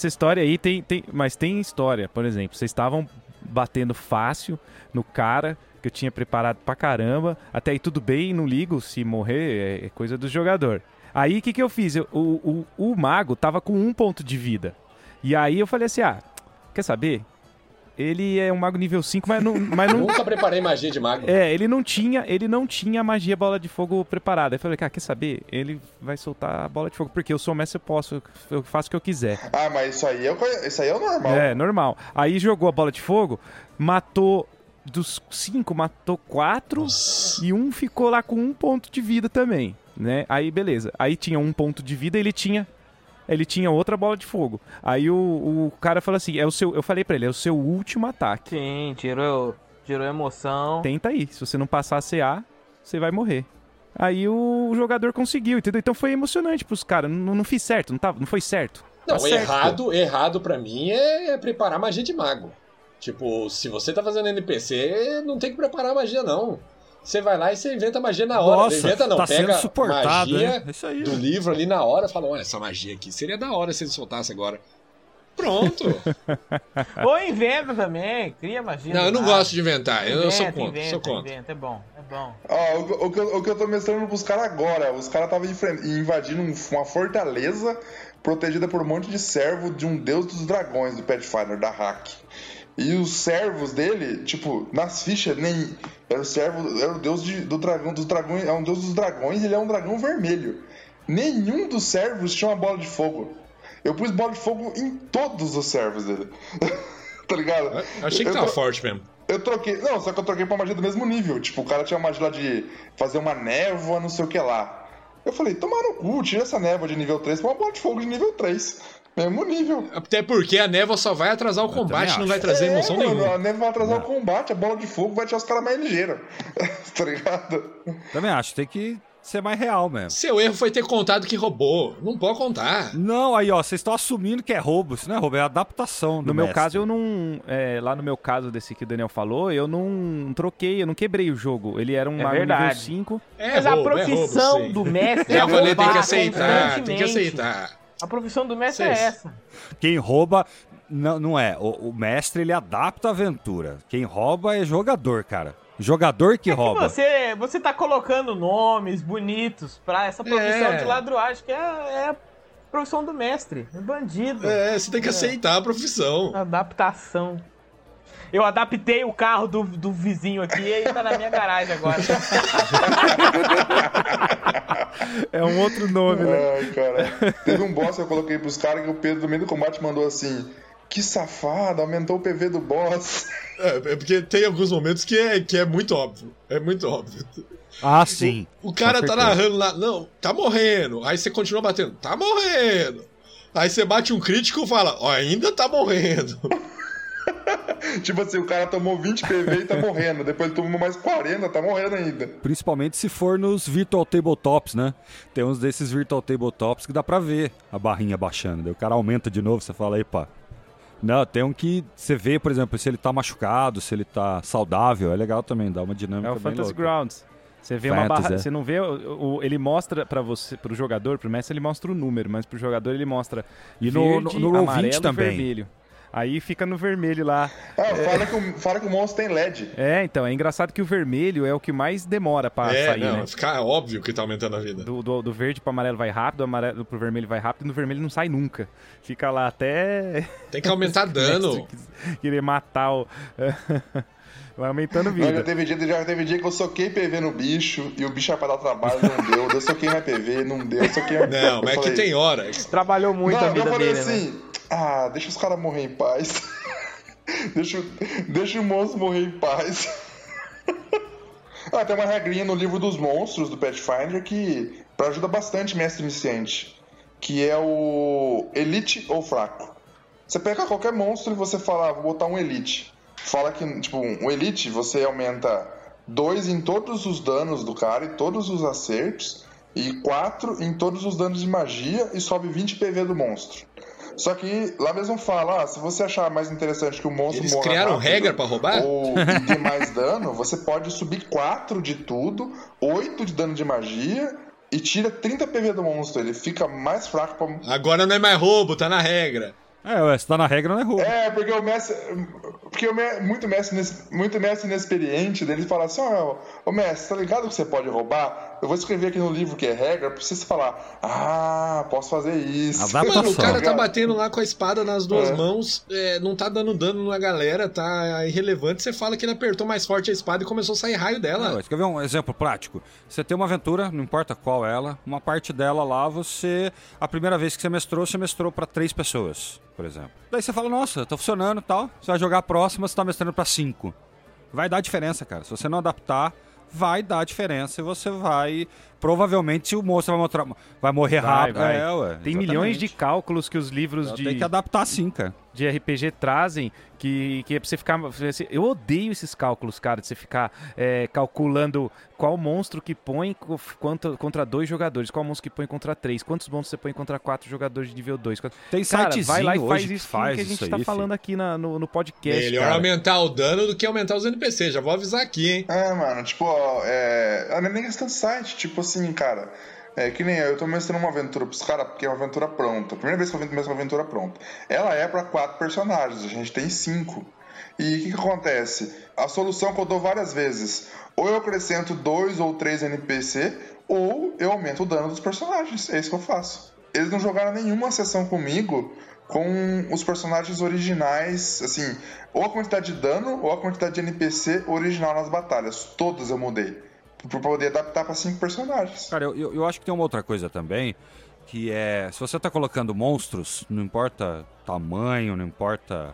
Speaker 2: mas tem história, por exemplo, vocês estavam batendo fácil no cara que eu tinha preparado pra caramba, até aí tudo bem, não ligo, se morrer é coisa do jogador. Aí o que eu fiz? O mago tava com 1 ponto de vida. E aí eu falei assim, quer saber? Ele é um mago nível 5, mas não...
Speaker 4: Nunca preparei magia de mago.
Speaker 2: Ele não tinha a magia bola de fogo preparada. Aí eu falei, quer saber? Ele vai soltar a bola de fogo, porque eu sou mestre, eu faço o que eu quiser.
Speaker 5: Mas isso aí é o normal.
Speaker 2: É, normal. Aí jogou a bola de fogo, matou... Dos 5, matou 4 e 1 ficou lá com 1 ponto de vida também, né? Aí, beleza. Aí tinha 1 ponto de vida e ele tinha outra bola de fogo. Aí o cara falou assim, eu falei pra ele, é o seu último ataque.
Speaker 6: Sim, tirou emoção.
Speaker 2: Tenta aí, se você não passar a CA, você vai morrer. Aí o jogador conseguiu, entendeu? Então foi emocionante pros caras, não fiz certo, não foi certo.
Speaker 4: Não, errado pra mim é preparar magia de mago. Tipo, se você tá fazendo NPC, não tem que preparar magia, não. Você vai lá e você inventa magia na hora.
Speaker 3: Nossa,
Speaker 4: inventa não,
Speaker 3: tá
Speaker 4: pega
Speaker 3: sendo suportado,
Speaker 4: magia
Speaker 3: isso aí,
Speaker 4: do livro ali na hora e fala, olha, essa magia aqui seria da hora se ele soltasse agora. Pronto.
Speaker 6: Ou inventa também, cria magia.
Speaker 7: Não, eu não gosto de inventar, eu sou contra.
Speaker 6: Inventa, é bom.
Speaker 5: O que eu tô mestrando pros caras agora, os caras estavam invadindo uma fortaleza protegida por um monte de servo de um deus dos dragões, do Pathfinder, da Hack. E os servos dele, tipo, nas fichas, era o deus do dragão, dos dragões, é um deus dos dragões, ele é um dragão vermelho. Nenhum dos servos tinha uma bola de fogo. Eu pus bola de fogo em todos os servos dele. Tá ligado?
Speaker 7: Achei que tava forte mesmo.
Speaker 5: Eu troquei, só que eu troquei pra magia do mesmo nível. Tipo, o cara tinha magia lá de fazer uma névoa, não sei o que lá. Eu falei, toma no cu, tira essa névoa de nível 3 pra uma bola de fogo de nível 3. Mesmo nível.
Speaker 7: Até porque a névoa só vai atrasar o combate, não vai trazer emoção
Speaker 5: mano,
Speaker 7: nenhuma.
Speaker 5: A névoa vai atrasar o combate, a bola de fogo vai deixar os caras mais ligeiros. Tá ligado?
Speaker 3: Também acho, tem que ser mais real mesmo.
Speaker 7: Seu erro foi ter contado que roubou. Não pode contar.
Speaker 3: Não, aí ó, vocês estão assumindo que é roubo. Isso não é roubo, é adaptação do
Speaker 2: No meu
Speaker 3: mestre.
Speaker 2: caso, eu não... lá no meu caso desse que o Daniel falou, eu não troquei, eu não quebrei o jogo. Ele era um mago nível
Speaker 6: verdade.
Speaker 2: 5.
Speaker 6: Mas a profissão
Speaker 7: sim.
Speaker 6: do mestre
Speaker 7: Já
Speaker 6: é
Speaker 7: falei, tem que
Speaker 6: roubar
Speaker 7: aceitar, tem que
Speaker 6: constantemente.
Speaker 7: aceitar.
Speaker 6: A profissão do mestre é
Speaker 7: Vocês-
Speaker 6: essa.
Speaker 3: Quem rouba não é. O mestre, ele adapta a aventura. Quem rouba é jogador, cara. Jogador que rouba.
Speaker 6: Você tá colocando nomes bonitos pra essa profissão de ladruagem, que é a profissão do mestre. É bandido.
Speaker 7: Você tem que aceitar a profissão.
Speaker 6: Adaptação. Eu adaptei o carro do vizinho aqui e ele tá na minha garagem agora.
Speaker 2: É um outro nome, né?
Speaker 5: Ai, cara. Teve um boss que eu coloquei pros caras que o Pedro, no meio do combate, mandou assim: que safado, aumentou o PV do boss.
Speaker 7: É porque tem alguns momentos que é muito óbvio. É muito óbvio.
Speaker 3: Ah, sim.
Speaker 7: O cara
Speaker 3: Com
Speaker 7: tá
Speaker 3: certeza.
Speaker 7: narrando lá, não, tá morrendo. Aí você continua batendo, tá morrendo. Aí você bate um crítico e fala, ó, ainda tá morrendo.
Speaker 5: Tipo assim, o cara tomou 20 PV e tá morrendo. Depois ele tomou mais 40, tá morrendo ainda.
Speaker 3: Principalmente se for nos Virtual Tabletops, né? Tem uns desses Virtual Tabletops que dá pra ver a barrinha baixando. Daí o cara aumenta de novo, você fala, epa. Não, tem um que você vê, por exemplo, se ele tá machucado, se ele tá saudável. É legal também, dá uma dinâmica
Speaker 2: É o
Speaker 3: bem
Speaker 2: Fantasy
Speaker 3: louca.
Speaker 2: Grounds. Você vê uma
Speaker 3: Fantasy,
Speaker 2: barra,
Speaker 3: é.
Speaker 2: você não vê, ele mostra pra você, pro jogador, pro mestre ele mostra o número, mas pro jogador ele mostra
Speaker 3: E
Speaker 2: verde,
Speaker 3: no Roll20
Speaker 2: amarelo
Speaker 3: também.
Speaker 2: e vermelho. Aí fica no vermelho lá.
Speaker 5: Fala que o monstro tem LED.
Speaker 2: É, então, é engraçado que o vermelho é o que mais demora pra sair,
Speaker 7: não,
Speaker 2: né?
Speaker 7: fica óbvio que tá aumentando a vida.
Speaker 2: Do verde pro amarelo vai rápido, do amarelo pro vermelho vai rápido, e no vermelho não sai nunca. Fica lá até
Speaker 7: Tem que aumentar dano.
Speaker 2: querer matar o... Vai aumentando
Speaker 5: Não,
Speaker 2: vida.
Speaker 5: já teve dia que eu soquei PV no bicho e o bicho era pra dar trabalho, não deu. Eu soquei mais PV, não deu. Eu soquei mais...
Speaker 7: Não, mas é que tem hora.
Speaker 6: Trabalhou muito a
Speaker 5: Não,
Speaker 6: vida
Speaker 5: eu falei
Speaker 6: dele, né?
Speaker 5: assim, deixa os caras morrer em paz. deixa o monstro morrer em paz. Tem uma regrinha no livro dos monstros do Pathfinder que ajuda bastante mestre iniciante, que é o Elite ou Fraco. Você pega qualquer monstro e você fala, vou botar um Elite. Fala que, tipo, um Elite você aumenta 2 em todos os danos do cara e todos os acertos, e 4 em todos os danos de magia e sobe 20 PV do monstro. Só que lá mesmo fala, se você achar mais interessante que o monstro
Speaker 7: Eles
Speaker 5: morra
Speaker 7: criaram
Speaker 5: rápido
Speaker 7: regra pra roubar?
Speaker 5: ou ter mais dano, você pode subir 4 de tudo, 8 de dano de magia e tira 30 PV do monstro. Ele fica mais fraco pra...
Speaker 7: Agora não é mais roubo, tá na regra.
Speaker 3: Se tá na regra, não é roubo.
Speaker 5: Porque o mestre... muito mestre inexperiente dele fala assim, ô mestre, tá ligado que você pode roubar? Eu vou escrever aqui no livro que é regra pra você falar, posso fazer isso.
Speaker 3: Adaptação.
Speaker 7: Mano, o cara tá
Speaker 5: ligado?
Speaker 7: batendo lá com a espada nas duas mãos, não tá dando dano na galera, tá irrelevante. Você fala que ele apertou mais forte a espada e começou a sair raio dela.
Speaker 3: Não, quer ver um exemplo prático? Você tem uma aventura, não importa qual ela, uma parte dela lá, a primeira vez que você mestrou pra 3 pessoas, por exemplo. Daí você fala, nossa, tá funcionando e tal. Você vai jogar a próxima, você tá mestrando pra 5. Vai dar diferença, cara. Se você não adaptar, vai dar diferença e você vai... Provavelmente o monstro vai morrer rápido.
Speaker 2: Vai. Tem
Speaker 3: Exatamente.
Speaker 2: milhões de cálculos que os livros
Speaker 3: Tem que adaptar sim, cara.
Speaker 2: de RPG trazem que é pra você ficar... Eu odeio esses cálculos, cara, de você ficar calculando qual monstro que põe contra 2 jogadores, qual monstro que põe contra 3, quantos monstros você põe contra 4 jogadores de nível 2.
Speaker 3: Tem
Speaker 2: Cara,
Speaker 3: sitezinho
Speaker 2: vai lá e faz
Speaker 3: hoje
Speaker 2: isso
Speaker 3: que faz
Speaker 2: que a gente
Speaker 3: isso
Speaker 2: tá
Speaker 3: aí,
Speaker 2: falando aqui no podcast,
Speaker 7: Melhor
Speaker 2: cara.
Speaker 7: aumentar o dano do que aumentar os NPC. Já vou avisar aqui, hein?
Speaker 5: Mano, tipo, não é nem questão de site, tipo assim, cara, que nem eu tô mestrando uma aventura pros caras, porque é uma aventura pronta. Primeira vez que eu mestro uma aventura pronta. Ela é pra 4 personagens, a gente tem 5. E o que acontece? A solução que eu dou várias vezes, ou eu acrescento 2 ou 3 NPC, ou eu aumento o dano dos personagens. É isso que eu faço. Eles não jogaram nenhuma sessão comigo com os personagens originais, assim, ou a quantidade de dano ou a quantidade de NPC original nas batalhas. Todas eu mudei, pra poder adaptar pra 5 personagens.
Speaker 3: Cara, eu acho que tem uma outra coisa também, que é, se você tá colocando monstros, não importa tamanho, não importa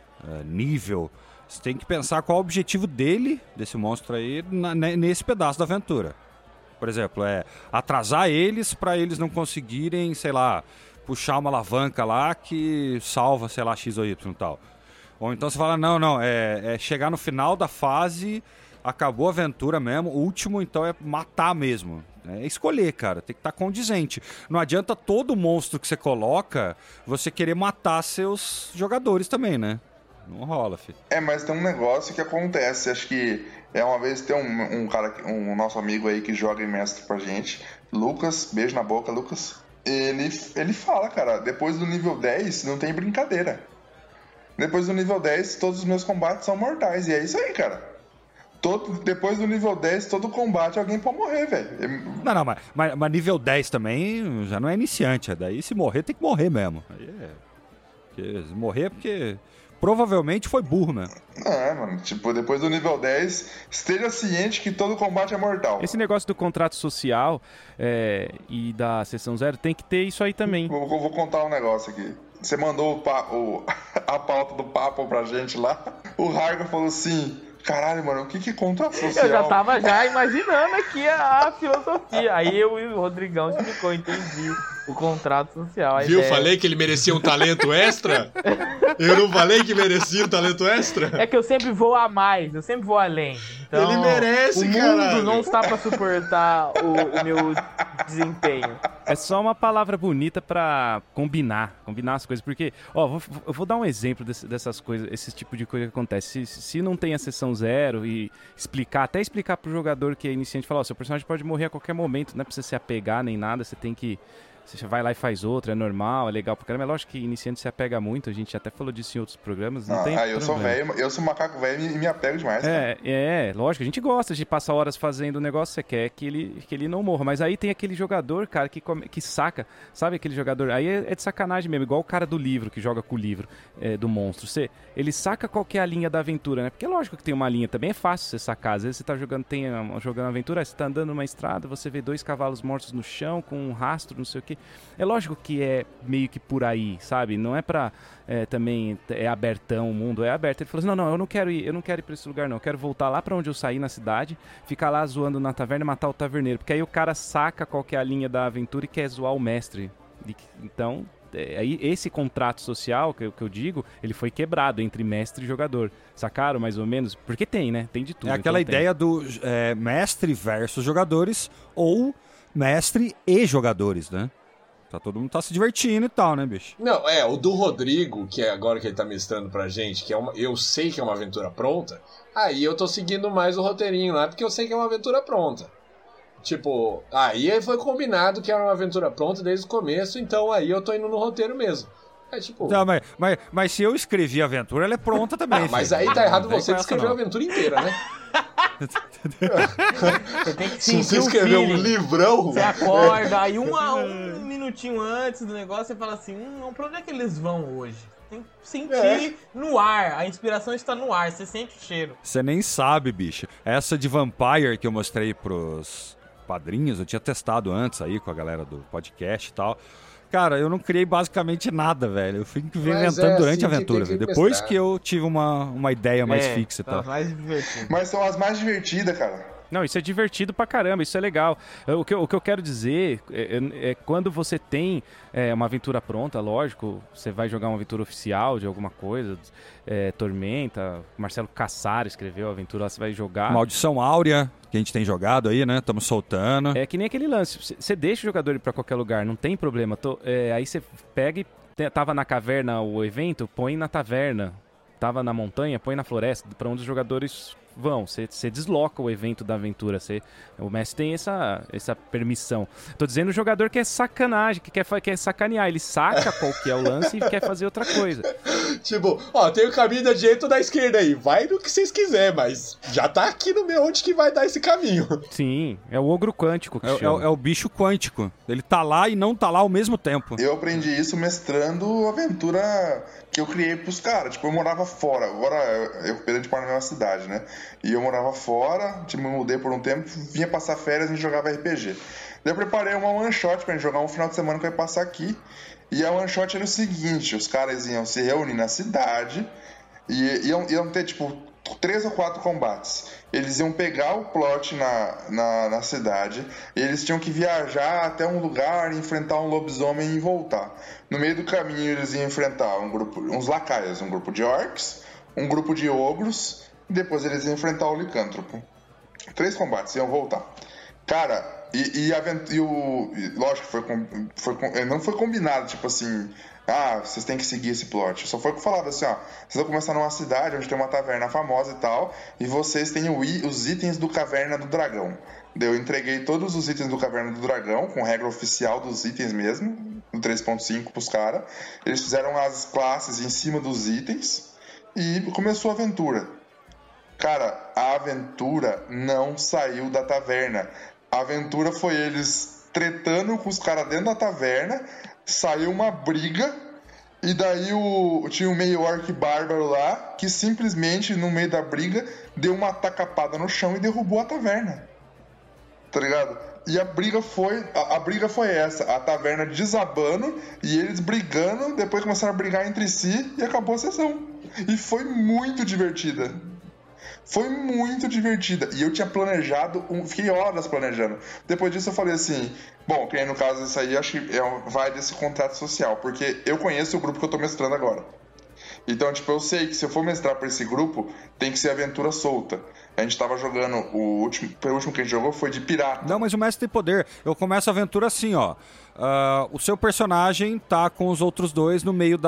Speaker 3: nível, você tem que pensar qual é o objetivo desse monstro aí, nesse pedaço da aventura. Por exemplo, atrasar eles pra eles não conseguirem, sei lá, puxar uma alavanca lá que salva, sei lá, X ou Y e tal. Ou então você fala, não, é chegar no final da fase, acabou a aventura mesmo, o último então é matar mesmo. É escolher, cara, tem que estar condizente. Não adianta todo monstro que você coloca, você querer matar seus jogadores também, né? Não rola, filho.
Speaker 5: Mas tem um negócio que acontece, acho que uma vez tem um cara, um nosso amigo aí que joga em mestre pra gente, Lucas, beijo na boca, Lucas. Ele fala, cara, depois do nível 10 não tem brincadeira. Depois do nível 10, todos os meus combates são mortais. E é isso aí, cara. Depois do nível 10, todo combate alguém pode morrer, velho.
Speaker 3: Não, mas nível 10 também já não é iniciante. Daí se morrer, tem que morrer mesmo. Aí se morrer é porque provavelmente foi burro mesmo.
Speaker 5: Mano, tipo, depois do nível 10, esteja ciente que todo combate é mortal.
Speaker 2: Esse negócio do contrato social e da sessão 0 tem que ter isso aí também.
Speaker 5: Vou contar um negócio aqui. Você mandou a pauta do papo pra gente lá. O Hargo falou assim: caralho, mano, o que é contrato social?
Speaker 6: Eu já tava imaginando aqui a filosofia. Aí eu e o Rodrigão explicou, entendi o contrato social.
Speaker 7: Viu? Ideia. Falei que ele merecia um talento extra? Eu não falei que merecia um talento extra?
Speaker 6: É que eu sempre vou a mais, eu sempre vou além. Então,
Speaker 7: ele merece, cara.
Speaker 6: O mundo não está pra suportar o meu desempenho.
Speaker 2: É só uma palavra bonita pra combinar as coisas. Porque, eu vou dar um exemplo dessas coisas, esse tipo de coisa que acontece. Se não tem a sessão 0 e explicar pro jogador que é iniciante, falar, seu personagem pode morrer a qualquer momento, não é pra você se apegar nem nada, você tem que... Você vai lá e faz outra, é normal, é legal pro caramba. É lógico que iniciante se apega muito, a gente até falou disso em outros programas. Não tem
Speaker 5: eu sou velho, eu sou macaco velho e me apego demais.
Speaker 2: Lógico, a gente gosta de passar horas fazendo o negócio, você quer que ele não morra. Mas aí tem aquele jogador, cara, que saca, sabe aquele jogador? Aí é de sacanagem mesmo, igual o cara do livro, que joga com o livro do monstro. Ele saca qual que é a linha da aventura, né? Porque é lógico que tem uma linha, também é fácil você sacar. Às vezes você tá jogando aventura, você tá andando numa estrada, você vê 2 cavalos mortos no chão, com um rastro, não sei o quê. É lógico que é meio que por aí, sabe? Não é pra também abertão o mundo, é aberto. Ele falou assim, não, eu não quero ir pra esse lugar não, eu quero voltar lá pra onde eu saí na cidade, ficar lá zoando na taverna e matar o taverneiro, porque aí o cara saca qual que é a linha da aventura e quer zoar o mestre. Então, aí esse contrato social que eu digo, ele foi quebrado entre mestre e jogador. Sacaram mais ou menos? Porque tem, né? Tem de tudo.
Speaker 3: É aquela ideia do mestre versus jogadores ou mestre e jogadores, né? Todo mundo tá se divertindo e tal, né, bicho?
Speaker 4: Não, o do Rodrigo, que é agora que ele tá mestrando pra gente, que eu sei que é uma aventura pronta, aí eu tô seguindo mais o roteirinho lá, porque eu sei que é uma aventura pronta. Tipo, aí foi combinado que era uma aventura pronta desde o começo, então aí eu tô indo no roteiro mesmo. Tipo...
Speaker 3: Não, mas se eu escrevi a aventura, ela é pronta também.
Speaker 4: Mas aí tá errado você que escreveu a aventura inteira, né?
Speaker 6: Você tem que
Speaker 4: se você escrever um livrão...
Speaker 6: Você acorda, aí um minutinho antes do negócio, você fala assim, pra onde é que eles vão hoje? Tem que sentir no ar, a inspiração está no ar, você sente o cheiro.
Speaker 3: Você nem sabe, bicho. Essa de Vampire que eu mostrei pros padrinhos, eu tinha testado antes aí com a galera do podcast e tal. Cara, eu não criei basicamente nada, velho. Eu fui inventando durante a aventura. Depois que eu tive uma ideia mais fixa e tal.
Speaker 5: Mas são as mais divertidas, cara.
Speaker 2: Não, isso é divertido pra caramba, isso é legal. O que eu quero dizer é quando você tem uma aventura pronta, lógico, você vai jogar uma aventura oficial de alguma coisa, Tormenta, Marcelo Cassaro escreveu a aventura, você vai jogar.
Speaker 3: Maldição Áurea, que a gente tem jogado aí, né? Estamos soltando.
Speaker 2: É que nem aquele lance, você deixa o jogador ir pra qualquer lugar, não tem problema. Aí você pega e tava na caverna o evento, põe na taverna. Tava na montanha, põe na floresta, pra onde os jogadores vão. Você desloca o evento da aventura. O mestre tem essa permissão. Tô dizendo o jogador que é sacanagem, que quer sacanear. Ele saca qual que é o lance e quer fazer outra coisa.
Speaker 4: Tipo, tem o caminho da direita ou da esquerda aí. Vai no que vocês quiserem, mas já tá aqui no meu onde que vai dar esse caminho.
Speaker 2: Sim, é o ogro quântico que chama.
Speaker 3: É o bicho quântico. Ele tá lá e não tá lá ao mesmo tempo.
Speaker 5: Eu aprendi isso mestrando a aventura que eu criei pros caras. Tipo, eu morava fora. Agora eu recuperei de morar na mesma cidade, né? E eu morava fora, me mudei por um tempo, vinha passar férias e jogava RPG. Daí eu preparei uma one shot pra gente jogar um final de semana que eu ia passar aqui. E a one shot era o seguinte: os caras iam se reunir na cidade e iam ter, tipo, 3 ou 4 combates. Eles iam pegar o plot na cidade, e eles tinham que viajar até um lugar, enfrentar um lobisomem e voltar. No meio do caminho eles iam enfrentar uns lacaios, um grupo de orcs, um grupo de ogros, e depois eles iam enfrentar o licântropo. 3 combates, iam voltar. Cara, lógico, não foi combinado, tipo assim, vocês têm que seguir esse plot. Só foi falado assim, vocês vão começar numa cidade onde tem uma taverna famosa e tal, e vocês têm os itens do Caverna do Dragão. Eu entreguei todos os itens do Caverna do Dragão, com regra oficial dos itens mesmo, no 3.5 pros caras. Eles fizeram as classes em cima dos itens, e começou a aventura. Cara, a aventura não saiu da taverna. A aventura foi eles tretando com os caras dentro da taverna, saiu uma briga, e daí tinha um meio orc bárbaro lá, que simplesmente, no meio da briga, deu uma tacapada no chão e derrubou a taverna. Tá ligado? E a briga foi essa, a taverna desabando, e eles brigando, depois começaram a brigar entre si, e acabou a sessão. E foi muito divertida. Foi muito divertida. E eu tinha planejado, fiquei horas planejando. Depois disso eu falei assim, bom, que aí no caso isso aí acho que vai desse contrato social, porque eu conheço o grupo que eu tô mestrando agora. Então, tipo, eu sei que se eu for mestrar pra esse grupo, tem que ser aventura solta. A gente tava jogando, o último que a gente jogou foi de pirata.
Speaker 3: Não, mas o mestre tem poder. Eu começo a aventura assim, ó. O seu personagem tá com os outros dois no meio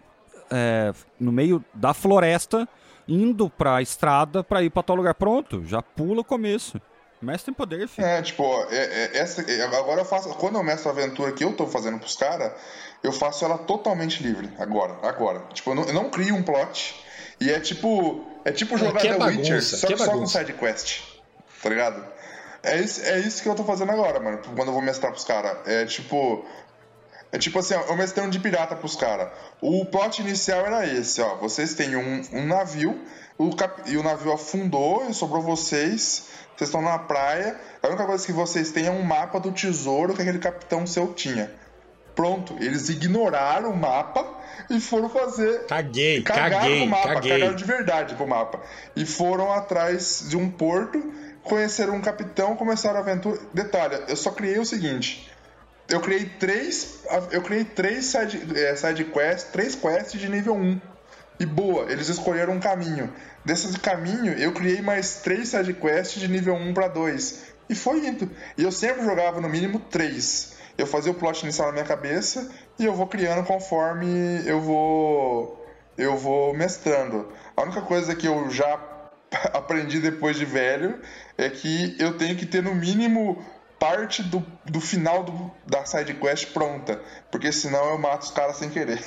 Speaker 3: da floresta, indo pra estrada pra ir pra tal lugar. Pronto, já pula o começo. O mestre tem poder, filho.
Speaker 5: Agora eu faço. Quando eu mestro a aventura que eu tô fazendo pros caras, eu faço ela totalmente livre. Agora. Tipo, eu não crio um plot. E é tipo jogar The Witcher, só com side quest. Tá ligado? É isso que eu tô fazendo agora, mano. Quando eu vou mestrar pros caras. É tipo assim, eu mestrei um de pirata pros caras. O plot inicial era esse, ó. Vocês têm um navio, e o navio afundou e sobrou vocês. Vocês estão na praia. A única coisa que vocês têm é um mapa do tesouro que aquele capitão seu tinha. Pronto, eles ignoraram o mapa e foram fazer... Cagaram de verdade pro mapa. E foram atrás de um porto, conheceram um capitão, começaram a aventura. Detalhe, eu só criei o seguinte... Eu criei três side quests, 3 quests de nível 1. E boa, eles escolheram um caminho. Desse caminho, eu criei mais 3 side quests de nível 1 para 2. E foi indo. E eu sempre jogava no mínimo 3. Eu fazia o plot inicial na minha cabeça e eu vou criando conforme eu vou mestrando. A única coisa que eu já aprendi depois de velho é que eu tenho que ter no mínimo parte do final da side quest pronta, porque senão eu mato os caras sem querer.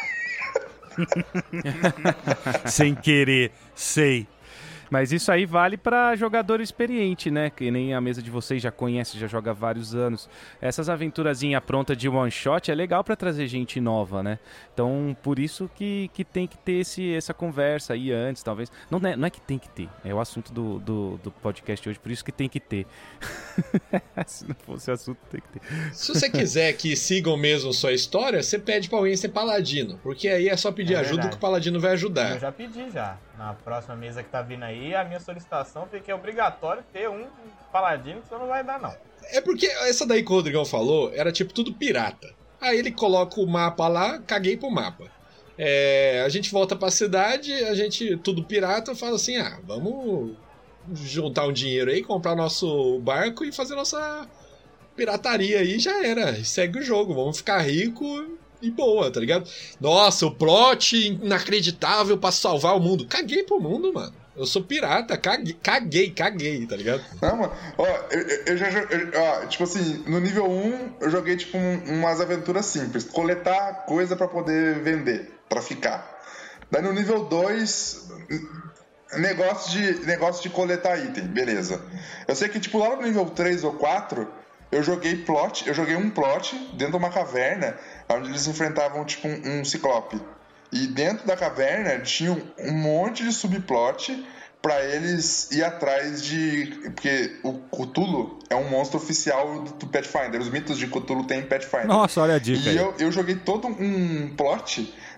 Speaker 3: Sem querer, sei.
Speaker 2: Mas isso aí vale para jogador experiente, né? Que nem a mesa de vocês já conhece, já joga há vários anos. Essas aventurazinhas prontas de one shot é legal para trazer gente nova, né? Então, por isso que tem que ter essa conversa aí antes, talvez. Não é que tem que ter, é o assunto do podcast hoje, por isso que tem que ter. Se não fosse o assunto, tem que ter.
Speaker 7: Se você quiser que sigam mesmo sua história, você pede pra alguém ser paladino, porque aí é só pedir ajuda que o paladino vai ajudar.
Speaker 6: Eu já pedi já. Na próxima mesa que tá vindo aí, a minha solicitação foi que é obrigatório ter um paladino, que você não vai dar, não.
Speaker 7: É porque essa daí que o Rodrigão falou era tipo tudo pirata. Aí ele coloca o mapa lá, caguei pro mapa. A gente volta pra cidade, a gente, tudo pirata, fala assim, vamos juntar um dinheiro aí, comprar nosso barco e fazer nossa pirataria aí, já era. Segue o jogo, vamos ficar rico e boa, tá ligado? Nossa, o plot inacreditável pra salvar o mundo. Caguei pro mundo, mano. Eu sou pirata, caguei, tá ligado?
Speaker 5: Não, mano, tipo assim, no nível 1 eu joguei tipo umas aventuras simples, coletar coisa pra poder vender, traficar. Daí no nível 2, negócio de coletar item, beleza. Eu sei que tipo lá no nível 3 ou 4, eu joguei um plot dentro de uma caverna, onde eles enfrentavam tipo um ciclope. E dentro da caverna tinha um monte de subplot pra eles ir atrás de... Porque o Cthulhu é um monstro oficial do Pathfinder. Os mitos de Cthulhu tem em Pathfinder.
Speaker 3: Nossa, olha a dica
Speaker 5: E
Speaker 3: aí.
Speaker 5: eu joguei todo um plot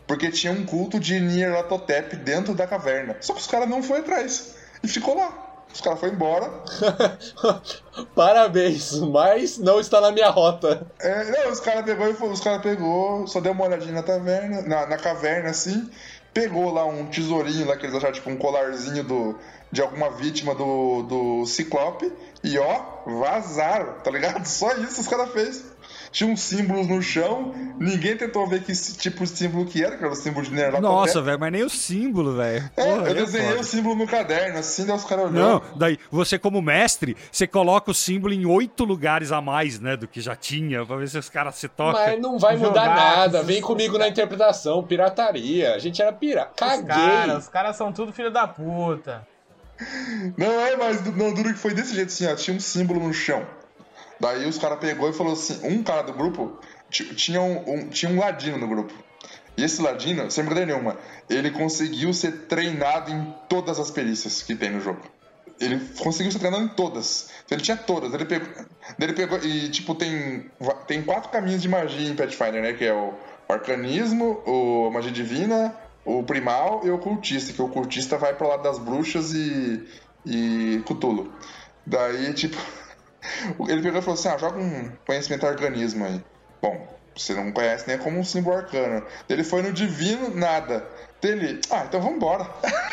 Speaker 5: porque tinha um culto de Nyarlathotep dentro da caverna. Só que os caras não foram atrás. E ficou lá. Os caras foram embora.
Speaker 7: Parabéns, mas não está na minha rota.
Speaker 5: Não, os caras pegou, só deu uma olhadinha na taverna, na caverna, assim, pegou lá um tesourinho lá que eles acharam, tipo um colarzinho de alguma vítima do Ciclope, e ó, vazaram, tá ligado? Só isso os caras fez. Tinha uns símbolos no chão, ninguém tentou ver que tipo de símbolo que era o símbolo de Nyarlathotep.
Speaker 3: Nossa, velho, mas nem o símbolo, velho.
Speaker 5: Eu desenhei o símbolo no caderno, assim, daí os caras olhando.
Speaker 3: Não, daí você como mestre, você coloca o símbolo em 8 lugares a mais, né, do que já tinha, pra ver se os caras se tocam.
Speaker 7: Mas não vai mudar nada, vem comigo na interpretação, pirataria. A gente era pirata. Caguei.
Speaker 6: Os caras são tudo filho da puta.
Speaker 5: Não, mas não, duro que foi desse jeito, assim, ó, tinha um símbolo no chão. Daí os caras pegou e falou assim, um cara do grupo, tinha um ladino no grupo. E esse ladino, sem brincadeira nenhuma, ele conseguiu ser treinado em todas as perícias que tem no jogo. Ele conseguiu ser treinado em todas. Então ele tinha todas. Ele pegou e, tipo, tem 4 caminhos de magia em Pathfinder, né? Que é o arcanismo, a magia divina, o primal e o ocultista. Que o ocultista vai pro lado das bruxas e Cthulhu. Daí, tipo... Ele pegou e falou assim, joga um conhecimento arcanismo aí. Bom, você não conhece nem como um símbolo arcano. Ele foi no divino, nada. Dele, então vambora.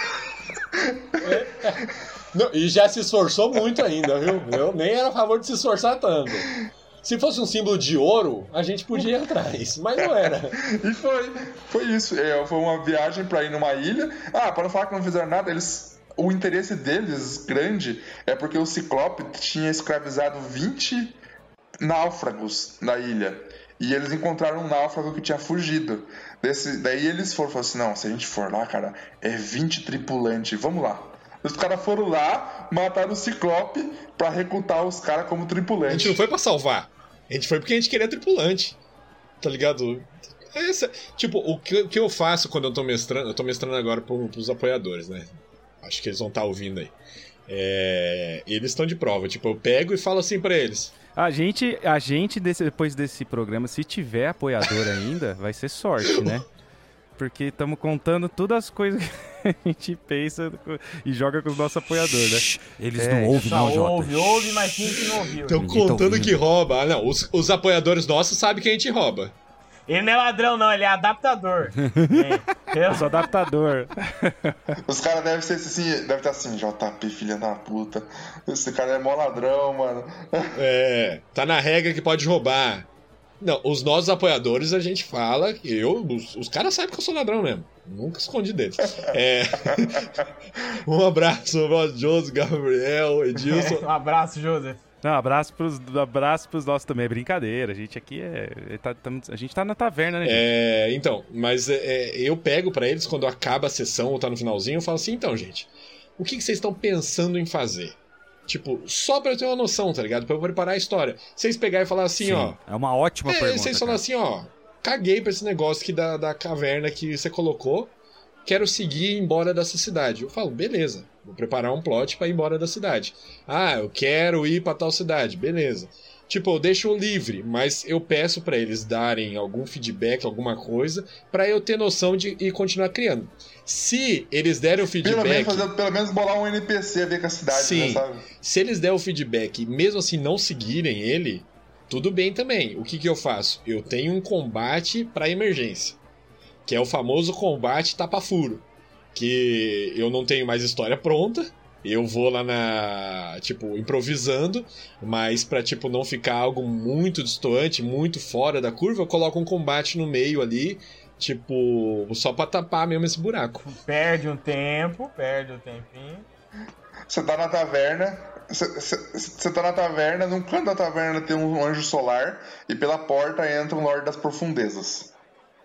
Speaker 7: Não, e já se esforçou muito ainda, viu? Eu nem era a favor de se esforçar tanto. Se fosse um símbolo de ouro, a gente podia ir atrás, mas não era.
Speaker 5: E foi isso. Foi uma viagem pra ir numa ilha. Para não falar que não fizeram nada, o interesse deles, grande, é porque o Ciclope tinha escravizado 20 náufragos na ilha. E eles encontraram um náufrago que tinha fugido. Daí eles falaram assim, não, se a gente for lá, cara, é 20 tripulantes, vamos lá. Os caras foram lá, mataram o Ciclope pra recrutar os caras como tripulante.
Speaker 7: A gente não foi pra salvar. A gente foi porque a gente queria tripulante. Tá ligado? Tipo, o que eu faço quando eu tô mestrando agora pros apoiadores, né? Acho que eles vão estar ouvindo aí. Eles estão de prova. Tipo, eu pego e falo assim pra eles.
Speaker 2: A gente depois desse programa, se tiver apoiador ainda, vai ser sorte, né? Porque estamos contando todas as coisas que a gente pensa e joga com os nossos apoiadores, né?
Speaker 3: Eles não ouvem, não, Jota.
Speaker 6: Ouve, mas finge que não ouviu.
Speaker 7: Estão contando que rouba. Não, os apoiadores nossos sabem que a gente rouba.
Speaker 6: Ele não é ladrão, não, ele é adaptador.
Speaker 2: Eu sou adaptador.
Speaker 5: Os caras devem ser assim, deve estar assim, JP, filha da puta. Esse cara é mó ladrão, mano.
Speaker 7: Tá na regra que pode roubar. Não, os nossos apoiadores a gente fala que os caras sabem que eu sou ladrão mesmo. Nunca escondi deles. Um abraço, José, Gabriel, Edilson.
Speaker 6: Um abraço, José.
Speaker 2: Não, abraço pros nossos também, é brincadeira. A gente aqui a gente tá na taverna, né, gente?
Speaker 7: Então, mas eu pego pra eles quando acaba a sessão ou tá no finalzinho, eu falo assim, então, gente, o que vocês estão pensando em fazer? Tipo, só pra eu ter uma noção, tá ligado? Pra eu preparar a história. Vocês pegarem e falar assim,
Speaker 3: Sim,
Speaker 7: ó...
Speaker 3: É uma ótima pergunta,
Speaker 7: vocês falam assim, ó, caguei pra esse negócio aqui da caverna que você colocou, quero seguir e ir embora dessa cidade. Eu falo, beleza, vou preparar um plot pra ir embora da cidade. Eu quero ir pra tal cidade, beleza. Tipo, eu deixo livre, mas eu peço pra eles darem algum feedback, alguma coisa, pra eu ter noção de e continuar criando. Se eles derem o feedback...
Speaker 5: Pelo menos bolar um NPC a ver com a cidade,
Speaker 7: sim,
Speaker 5: né, sabe?
Speaker 7: Se eles derem o feedback e mesmo assim não seguirem ele, tudo bem também. O que eu faço? Eu tenho um combate pra emergência, que é o famoso combate tapa-furo, que eu não tenho mais história pronta, eu vou lá improvisando, mas pra, não ficar algo muito distoante, muito fora da curva, eu coloco um combate no meio ali, só pra tapar mesmo esse buraco.
Speaker 6: Perde um tempinho.
Speaker 5: Você tá na taverna, você tá na taverna, num canto da taverna tem um anjo solar, e pela porta entra um Lorde das Profundezas.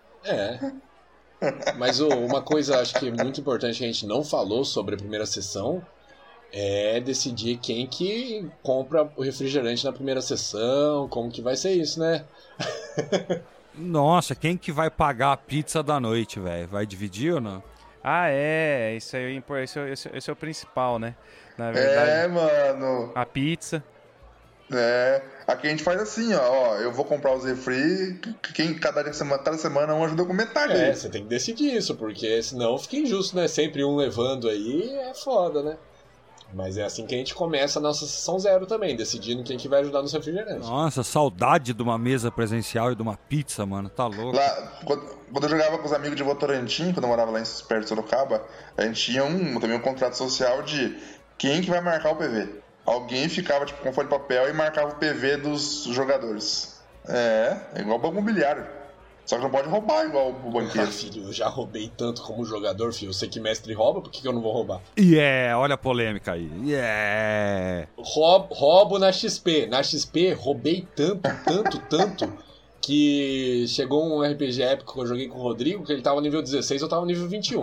Speaker 7: Mas uma coisa acho que é muito importante que a gente não falou sobre a primeira sessão é decidir quem que compra o refrigerante na primeira sessão, como que vai ser isso, né?
Speaker 3: Nossa, quem que vai pagar a pizza da noite, velho? Vai dividir ou não?
Speaker 2: Isso aí, esse é o principal, né? Na verdade,
Speaker 5: mano.
Speaker 2: a pizza.
Speaker 5: Aqui a gente faz assim, ó, eu vou comprar o Z-Free, cada semana um ajuda com metade aí.
Speaker 4: Você tem que decidir isso, porque senão fica injusto, né? Sempre um levando aí é foda, né? Mas é assim que a gente começa a nossa sessão 0 também, decidindo quem que vai ajudar nos refrigerantes.
Speaker 3: Nossa, saudade de uma mesa presencial e de uma pizza, mano, tá louco.
Speaker 5: Lá, quando eu jogava com os amigos de Votorantim, quando eu morava lá perto de Sorocaba, a gente tinha também um contrato social de quem que vai marcar o PV. Alguém ficava tipo, com folha de papel e marcava o PV dos jogadores. É igual banco imobiliário. Só que não pode roubar igual o banqueiro.
Speaker 4: Filho, eu já roubei tanto como jogador, filho. Eu sei que mestre rouba, por que eu não vou roubar?
Speaker 3: Olha a polêmica aí.
Speaker 4: Roubo na XP. Na XP, roubei tanto, que chegou um RPG épico que eu joguei com o Rodrigo, que ele tava nível 16, eu tava nível 21.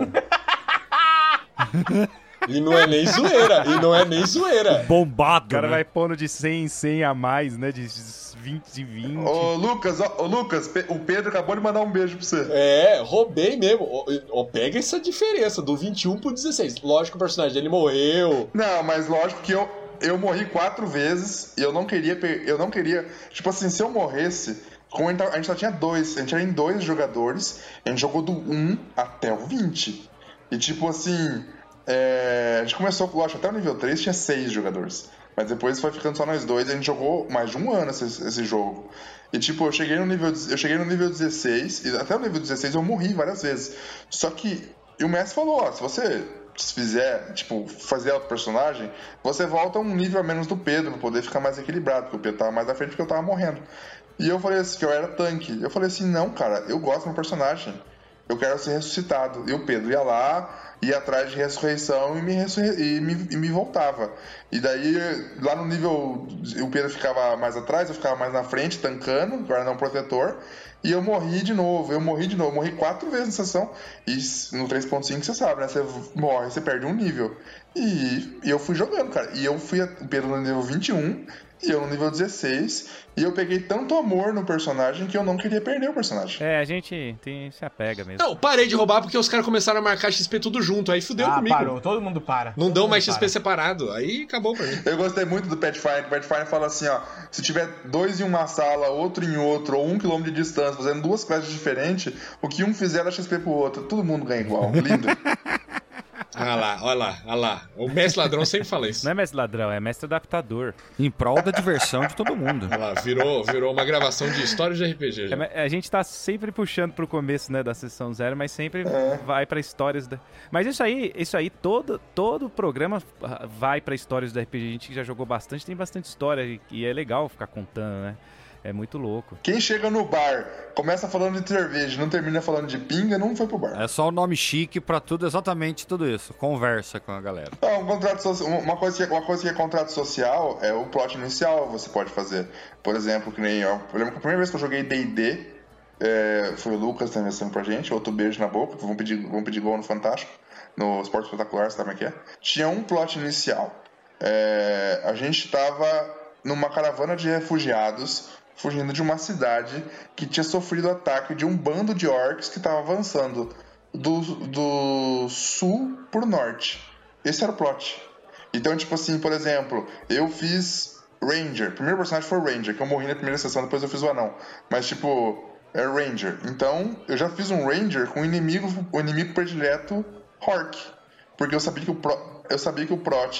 Speaker 4: E não é nem zoeira.
Speaker 3: Bombado,
Speaker 2: O cara
Speaker 3: né?
Speaker 2: vai pondo de 100 em 100 a mais, né? De 20 em 20.
Speaker 5: Ô Lucas, o Pedro acabou de mandar um beijo pra você.
Speaker 4: Roubei mesmo. Pega essa diferença, do 21 pro 16. Lógico que o personagem dele morreu.
Speaker 5: Não, mas lógico que eu morri 4 vezes e eu não queria. Tipo assim, se eu morresse, como a gente só tinha 2, a gente era em 2 jogadores, a gente jogou do 1 até o 20. E tipo assim, a gente começou, lógico, até o nível 3 tinha 6 jogadores. Mas depois foi ficando só nós dois e a gente jogou mais de um ano esse jogo. E tipo, eu cheguei no nível 16 e até o nível 16 eu morri várias vezes. Só que o mestre falou, ó, se você fizer, tipo, fazer o personagem, você volta um nível a menos do Pedro pra poder ficar mais equilibrado, porque o Pedro tava mais à frente porque eu tava morrendo. E eu falei assim, que eu era tanque. Eu falei assim, não, cara, eu gosto do meu personagem. Eu quero ser ressuscitado. E o Pedro ia lá, ia atrás de ressurreição e me voltava. E daí, lá no nível... O Pedro ficava mais atrás, eu ficava mais na frente, tancando, guardando um protetor. E eu morri de novo. Eu morri 4 vezes na sessão. E no 3.5 você sabe, né? Você morre, você perde um nível. E eu fui jogando, cara. E eu fui o Pedro no nível 21... E eu no nível 16, e eu peguei tanto amor no personagem que eu não queria perder o personagem.
Speaker 2: A gente se apega mesmo.
Speaker 8: Não, parei de roubar porque os caras começaram a marcar XP tudo junto, aí fudeu comigo.
Speaker 6: Parou, todo mundo para.
Speaker 8: Não dão mais XP separado, aí acabou pra mim.
Speaker 5: Eu gostei muito do Pathfinder, que o Pathfinder fala assim, ó, se tiver 2 em uma sala, outro em outro, ou 1 km de distância, fazendo 2 classes diferentes, o que um fizer dá XP pro outro, todo mundo ganha igual, lindo.
Speaker 8: Olha lá. O mestre ladrão sempre fala isso.
Speaker 2: Não é mestre ladrão, é mestre adaptador.
Speaker 3: Em prol da diversão de todo mundo.
Speaker 8: Olha lá, virou uma gravação de história de RPG. Já.
Speaker 2: A gente tá sempre puxando pro começo, né, da sessão 0, mas sempre vai pra histórias da... Mas isso aí todo programa vai pra histórias do RPG. A gente já jogou bastante, tem bastante história e é legal ficar contando, né? É muito louco.
Speaker 5: Quem chega no bar, começa falando de cerveja, não termina falando de pinga, não foi pro bar.
Speaker 3: É só o nome chique pra tudo, exatamente tudo isso. Conversa com a galera.
Speaker 5: Uma coisa que é contrato social é o plot inicial, você pode fazer. Por exemplo, que nem eu lembro que a primeira vez que eu joguei D&D, foi o Lucas tá investindo pra gente, outro beijo na boca, vamos pedir gol no Fantástico, no Esporte Espetacular, sabe como é que é? Tinha um plot inicial. A gente tava numa caravana de refugiados, fugindo de uma cidade que tinha sofrido ataque de um bando de orcs que estava avançando do sul pro norte. Esse era o plot. Então, tipo assim, por exemplo, eu fiz Ranger. O primeiro personagem foi o Ranger, que eu morri na primeira sessão, depois eu fiz o anão. Mas, tipo, é Ranger. Então, eu já fiz um Ranger com o inimigo predileto Orc. Porque eu sabia que eu sabia que o plot.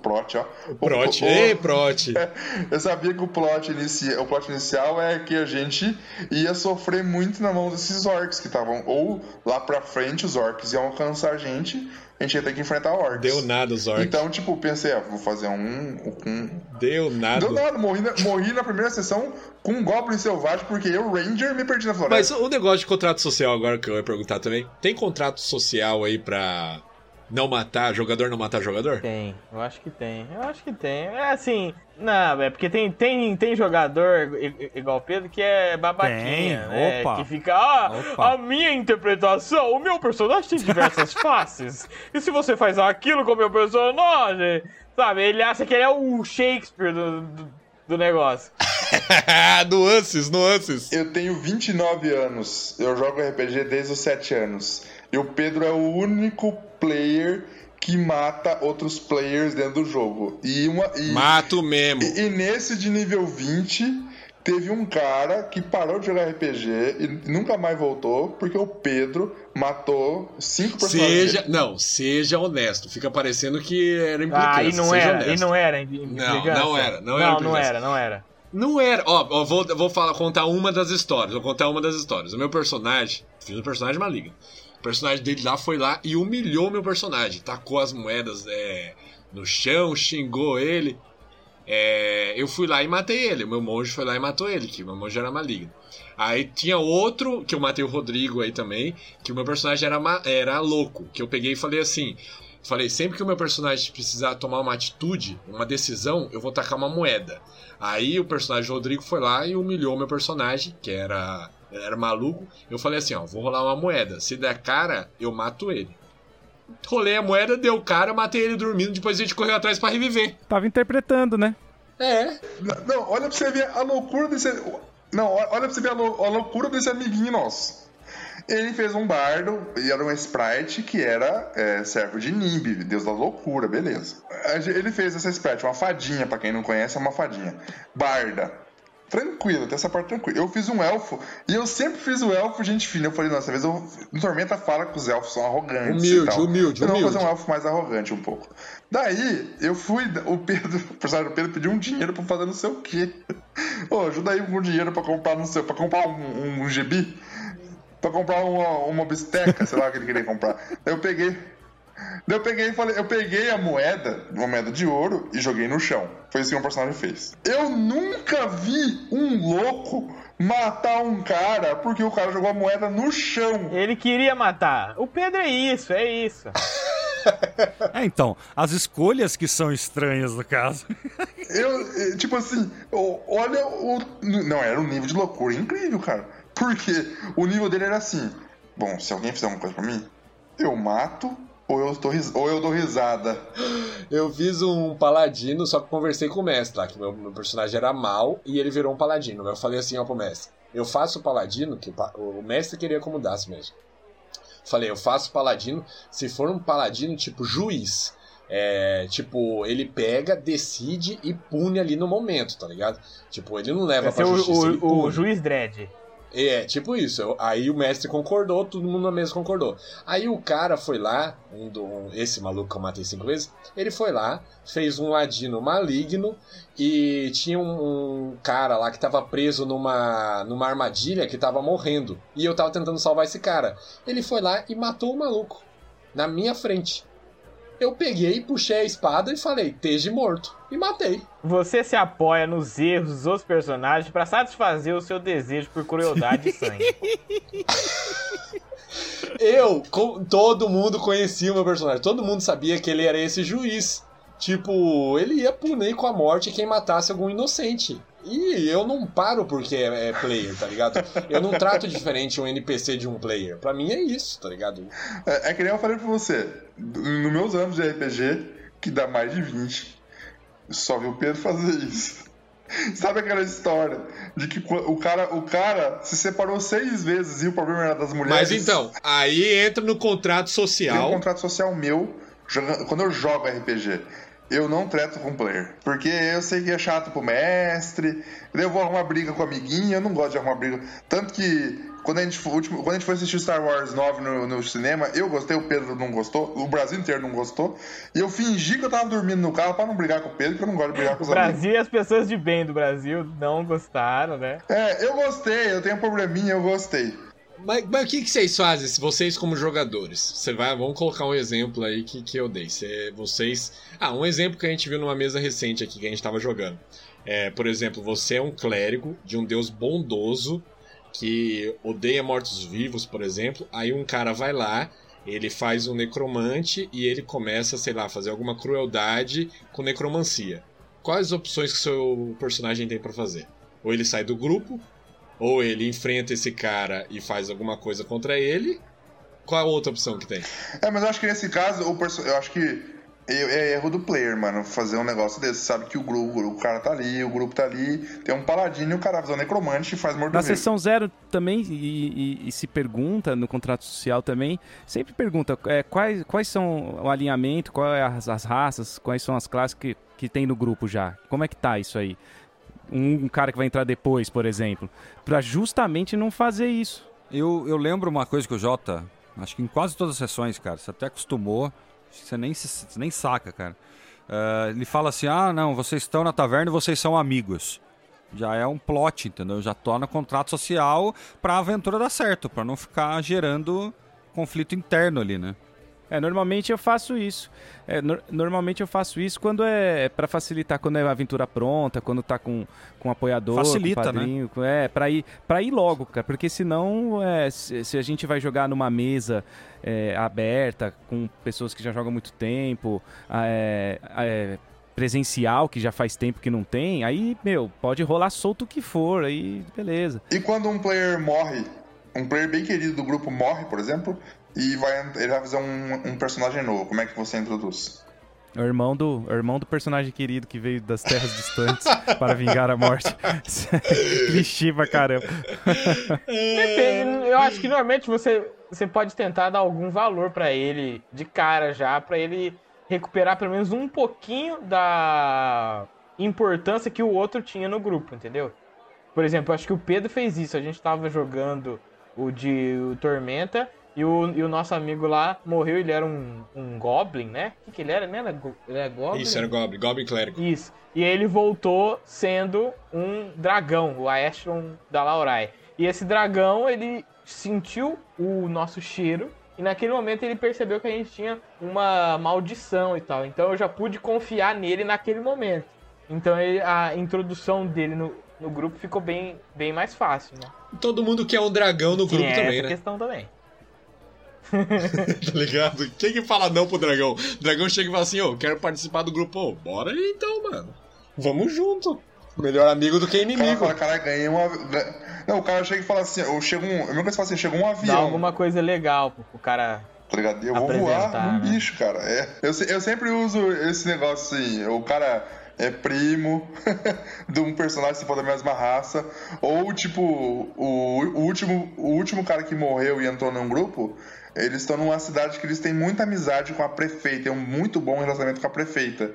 Speaker 5: Eu sabia que o plot inicial é que a gente ia sofrer muito na mão desses orcs que estavam. Ou lá pra frente os orcs iam alcançar a gente ia ter que enfrentar orcs.
Speaker 8: Deu nada os orcs.
Speaker 5: Então, tipo, pensei, vou fazer
Speaker 8: Deu nada.
Speaker 5: Deu nada, morri na primeira sessão com um Goblin selvagem porque eu, Ranger, me perdi na floresta.
Speaker 8: Mas o negócio de contrato social agora que eu ia perguntar também. Tem contrato social aí pra... Não matar, jogador não matar jogador?
Speaker 6: Tem, eu acho que tem. É assim, não, é porque tem jogador igual o Pedro que é babaquinha, né?
Speaker 3: Opa.
Speaker 6: Que fica, a minha interpretação, o meu personagem tem diversas faces. E se você faz aquilo com o meu personagem, sabe? Ele acha que ele é o Shakespeare do negócio.
Speaker 8: Nuances.
Speaker 5: Eu tenho 29 anos, eu jogo RPG desde os 7 anos. E o Pedro é o único player que mata outros players dentro do jogo.
Speaker 8: Mato mesmo.
Speaker 5: E nesse de nível 20, teve um cara que parou de jogar RPG e nunca mais voltou, porque o Pedro matou 5 personagens.
Speaker 8: Seja honesto. Fica parecendo que era implicância.
Speaker 6: E não era implicância.
Speaker 8: Não era.
Speaker 6: Não era.
Speaker 8: Não era. Ó, vou contar uma das histórias. O meu personagem, fiz um personagem maligno. O personagem dele lá foi lá e humilhou meu personagem. Tacou as moedas no chão, xingou ele. Eu fui lá e matei ele. O meu monge foi lá e matou ele, que o meu monge era maligno. Aí tinha outro, que eu matei o Rodrigo aí também, que o meu personagem era louco. Que eu peguei e falei assim... sempre que o meu personagem precisar tomar uma atitude, uma decisão, eu vou tacar uma moeda. Aí o personagem Rodrigo foi lá e humilhou o meu personagem, que era maluco. Eu falei assim, vou rolar uma moeda. Se der cara, eu mato ele. Rolei a moeda, deu cara, eu matei ele dormindo, depois a gente correu atrás pra reviver.
Speaker 2: Tava interpretando, né?
Speaker 5: Não, olha pra você ver a loucura desse... Não, olha pra você ver a loucura desse amiguinho nosso. Ele fez um bardo, e era um sprite que era servo de Nimbi, deus da loucura, beleza. Ele fez essa sprite, uma fadinha, pra quem não conhece, é uma fadinha. Barda. Tranquilo, até essa parte tranquila. Eu fiz um elfo, e eu sempre fiz o elfo gente fina. Eu falei, nossa, às vezes no Tormenta fala que os elfos são arrogantes e tal.
Speaker 8: Humilde.
Speaker 5: Eu vou fazer um elfo mais arrogante um pouco. Daí, o personagem do Pedro pediu um dinheiro pra fazer não sei o quê. Ajuda aí com dinheiro pra comprar, não sei, pra comprar um gibi. Pra comprar uma bisteca, sei lá, que ele queria comprar. Eu peguei e falei, eu peguei uma moeda de ouro e joguei no chão. Foi isso que o personagem fez. Eu nunca vi um louco matar um cara porque o cara jogou a moeda no chão.
Speaker 6: Ele queria matar. O Pedro é isso.
Speaker 3: Então, as escolhas que são estranhas no caso.
Speaker 5: Tipo assim, olha o... Não, era um nível de loucura incrível, cara. Porque o nível dele era assim: bom, se alguém fizer uma coisa pra mim, eu mato ou eu dou risada.
Speaker 8: Eu fiz um paladino, só que conversei com o mestre lá, que meu personagem era mau e ele virou um paladino. Eu falei assim pro mestre: eu faço o paladino, que o mestre queria que eu mudasse mesmo. Falei, eu faço paladino, se for um paladino tipo juiz. Tipo, ele pega, decide e pune ali no momento, tá ligado? Tipo, ele não leva pra justiça, ele pune.
Speaker 6: O juiz dread.
Speaker 8: Tipo isso. Aí o mestre concordou, todo mundo na mesa concordou. Aí o cara foi lá, esse maluco que eu matei 5 vezes, ele foi lá, fez um ladino maligno e tinha um cara lá que tava preso numa armadilha que tava morrendo. E eu tava tentando salvar esse cara. Ele foi lá e matou o maluco na minha frente. Eu peguei, puxei a espada e falei, esteja morto. E matei.
Speaker 6: Você se apoia nos erros dos outros personagens pra satisfazer o seu desejo por crueldade e sangue.
Speaker 8: Todo mundo conhecia o meu personagem. Todo mundo sabia que ele era esse juiz. Tipo, ele ia punir com a morte quem matasse algum inocente. E eu não paro porque é player, tá ligado? Eu não trato diferente um NPC de um player. Pra mim é isso, tá ligado?
Speaker 5: É que nem eu falei pra você. Nos meus anos de RPG, que dá mais de 20, só vi o Pedro fazer isso. Sabe aquela história de que o cara se separou 6 vezes e o problema era das mulheres?
Speaker 8: Mas então, aí entra no contrato social.
Speaker 5: Tem um contrato social meu, quando eu jogo RPG. Eu não treto com player, porque eu sei que é chato pro mestre, eu vou arrumar briga com o amiguinho, eu não gosto de arrumar briga. Tanto que quando a gente foi assistir Star Wars 9 no cinema, eu gostei, o Pedro não gostou, o Brasil inteiro não gostou, e eu fingi que eu tava dormindo no carro pra não brigar com o Pedro, porque eu não gosto de brigar com os amigos.
Speaker 6: O Brasil e as pessoas de bem do Brasil não gostaram, né?
Speaker 5: Eu gostei, eu tenho um probleminha, eu gostei.
Speaker 8: Mas o que vocês fazem, vocês como jogadores? Vamos colocar um exemplo aí que eu dei. Um exemplo que a gente viu numa mesa recente aqui que a gente tava jogando. Por exemplo, você é um clérigo de um deus bondoso que odeia mortos-vivos, por exemplo. Aí um cara vai lá, ele faz um necromante e ele começa, sei lá, a fazer alguma crueldade com necromancia. Quais opções que o seu personagem tem pra fazer? Ou ele sai do grupo, ou ele enfrenta esse cara e faz alguma coisa contra ele. Qual é a outra opção que tem?
Speaker 5: Mas eu acho que nesse caso, eu acho que É erro do player, mano, fazer um negócio desse. Sabe que o cara tá ali, o grupo tá ali, tem um paladino e o cara usa um necromante e faz morto.
Speaker 2: Na sessão 0 também, e se pergunta, no contrato social também, sempre pergunta quais são o alinhamento, quais as raças, quais são as classes que tem no grupo já. Como é que tá isso aí? Um cara que vai entrar depois, por exemplo, pra justamente não fazer isso.
Speaker 3: Eu lembro uma coisa que o Jota, acho que em quase todas as sessões, cara, você até acostumou, você nem saca, cara. Ele fala assim, não, vocês estão na taverna e vocês são amigos. Já é um plot, entendeu? Já torna contrato social pra aventura dar certo, pra não ficar gerando conflito interno ali, né?
Speaker 2: Normalmente eu faço isso. Normalmente eu faço isso quando é pra facilitar, quando é a aventura pronta, quando tá com apoiador,
Speaker 3: facilita,
Speaker 2: com padrinho,
Speaker 3: né?
Speaker 2: Pra ir logo, cara. Porque senão, se a gente vai jogar numa mesa aberta, com pessoas que já jogam há muito tempo, presencial, que já faz tempo que não tem, aí, pode rolar solto o que for, aí beleza.
Speaker 5: E quando um player morre, um player bem querido do grupo morre, por exemplo, e ele vai fazer um personagem novo, como é que você introduz?
Speaker 2: O irmão do personagem querido que veio das terras distantes para vingar a morte. Clichê pra caramba.
Speaker 6: Depende, eu acho que normalmente você pode tentar dar algum valor pra ele de cara já, pra ele recuperar pelo menos um pouquinho da importância que o outro tinha no grupo, entendeu? Por exemplo, acho que o Pedro fez isso. A gente tava jogando o Tormenta e o nosso amigo lá morreu. Ele era um Goblin, né? O que ele era? Ele era Goblin?
Speaker 8: Isso, era Goblin Clérigo.
Speaker 6: Isso. E ele voltou sendo um dragão, o Aestron da Laurai. E esse dragão, ele sentiu o nosso cheiro e naquele momento ele percebeu que a gente tinha uma maldição e tal. Então eu já pude confiar nele naquele momento. Então a introdução dele no grupo ficou bem mais fácil, né?
Speaker 8: Todo mundo quer um dragão no grupo também,
Speaker 6: essa
Speaker 8: né?
Speaker 6: questão também.
Speaker 8: Tá ligado? Quem que fala não pro dragão? O dragão chega e fala assim, quero participar do grupo. Bora aí então, mano. Vamos junto. Melhor amigo do que inimigo.
Speaker 5: O cara ganha Não, o cara chega e fala assim, chegou um avião.
Speaker 6: Dá alguma coisa legal pro cara.
Speaker 5: Tá ligado? Eu vou voar num bicho, cara. Eu sempre uso esse negócio assim, o cara é primo de um personagem se for da mesma raça, ou tipo, o último cara que morreu e entrou num grupo, eles estão numa cidade que eles têm muita amizade com a prefeita, tem um muito bom relacionamento com a prefeita.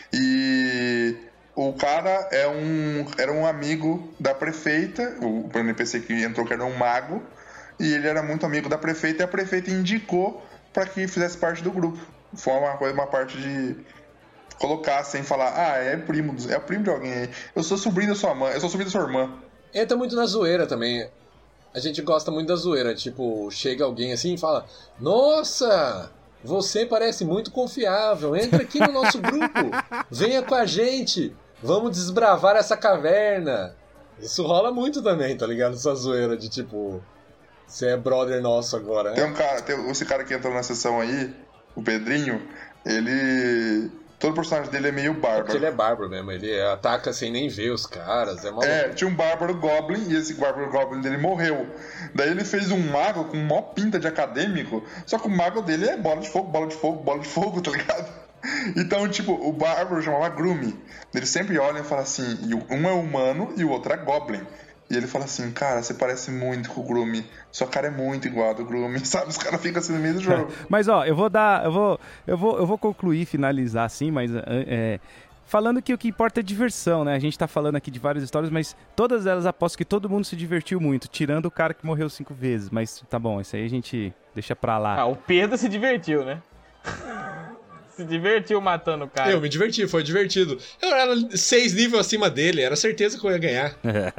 Speaker 5: E o cara era um amigo da prefeita, o NPC que entrou que era um mago, e ele era muito amigo da prefeita, e a prefeita indicou para que fizesse parte do grupo. Foi uma parte de colocar sem falar, é primo de alguém. Eu sou sobrinho da sua mãe, eu sou sobrinho da sua irmã.
Speaker 8: Entra muito na zoeira também. A gente gosta muito da zoeira. Tipo, chega alguém assim e fala, nossa, você parece muito confiável, entra aqui no nosso grupo, venha com a gente, vamos desbravar essa caverna. Isso rola muito também, tá ligado? Essa zoeira de tipo, você é brother nosso agora, né?
Speaker 5: Esse cara que entrou na sessão aí, o Pedrinho, todo personagem dele é meio bárbaro.
Speaker 8: Porque ele é bárbaro mesmo, ele ataca sem nem ver os caras, é maluco.
Speaker 5: Tinha um bárbaro goblin e esse bárbaro goblin dele morreu. Daí ele fez um mago com mó pinta de acadêmico, só que o mago dele é bola de fogo, tá ligado? Então, tipo, o bárbaro chamava Grumi. Ele sempre olha e fala assim, um é humano e o outro é goblin. E ele fala assim, cara, você parece muito com o Grumi. Sua cara é muito igual a do Grumi, sabe? Os caras ficam assim no meio do jogo.
Speaker 2: Mas, eu vou concluir, finalizar assim, mas falando que o que importa é diversão, né? A gente tá falando aqui de várias histórias, mas todas elas aposto que todo mundo se divertiu muito, tirando o cara que morreu 5 vezes. Mas tá bom, isso aí a gente deixa pra lá.
Speaker 6: O Pedro se divertiu, né? Se divertiu matando o cara.
Speaker 8: Eu me diverti, foi divertido. Eu era 6 níveis acima dele, era certeza que eu ia ganhar.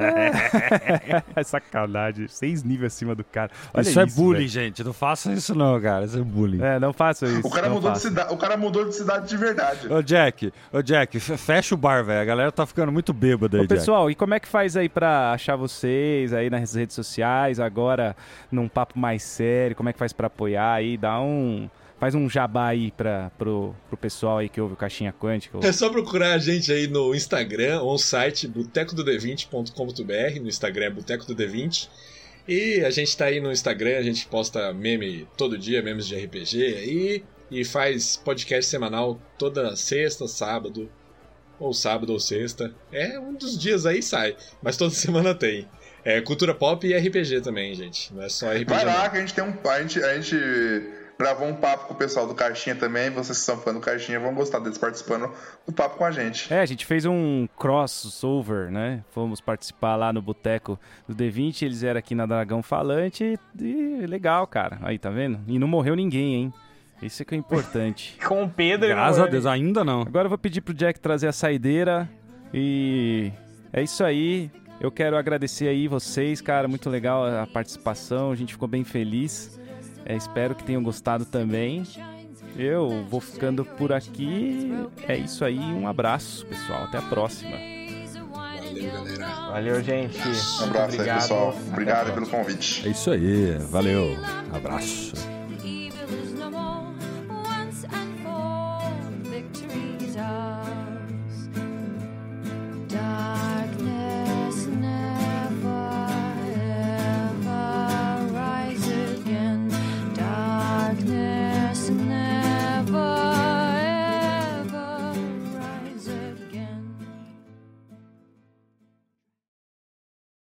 Speaker 2: Sacanagem, 6 níveis acima do cara. Olha
Speaker 3: isso é bullying,
Speaker 2: véio.
Speaker 3: Gente. Não façam isso não, cara. Isso é bullying.
Speaker 2: Não façam isso.
Speaker 5: O cara mudou de cidade de verdade.
Speaker 3: Ô Jack, fecha o bar, velho. A galera tá ficando muito bêbada aí,
Speaker 2: pessoal, e como é que faz aí pra achar vocês aí nas redes sociais, agora num papo mais sério? Como é que faz pra apoiar aí? Faz um jabá aí pro pessoal aí que ouve o Caixinha Quântica.
Speaker 8: É só procurar a gente aí no Instagram ou no site botecodod20.com.br. No Instagram é Boteco do D20. E a gente tá aí no Instagram, a gente posta meme todo dia, memes de RPG aí. e faz podcast semanal toda sexta, sábado, ou sexta. É um dos dias aí sai, mas toda semana tem. É cultura pop e RPG também, gente. Não é só RPG.
Speaker 5: Vai lá
Speaker 8: não.
Speaker 5: que a gente tem a gente gravou um papo com o pessoal do Caixinha também. Vocês que são fã do Caixinha vão gostar deles participando do papo com a gente.
Speaker 2: A gente fez um crossover, né? Fomos participar lá no boteco do D20, eles eram aqui na Dragão Falante e legal, cara. Aí, tá vendo? E não morreu ninguém, hein? Isso é que é importante.
Speaker 6: Com o Pedro e
Speaker 3: Graças a Deus, ainda não.
Speaker 2: Agora eu vou pedir pro Jack trazer a saideira e é isso aí. Eu quero agradecer aí vocês, cara, muito legal a participação, a gente ficou bem feliz. Espero que tenham gostado também. Eu vou ficando por aqui. É isso aí, um abraço, pessoal. Até a próxima.
Speaker 8: Valeu, galera.
Speaker 6: Valeu, gente.
Speaker 5: Um abraço aí, pessoal. Obrigado pelo convite.
Speaker 3: É isso aí, valeu, abraço.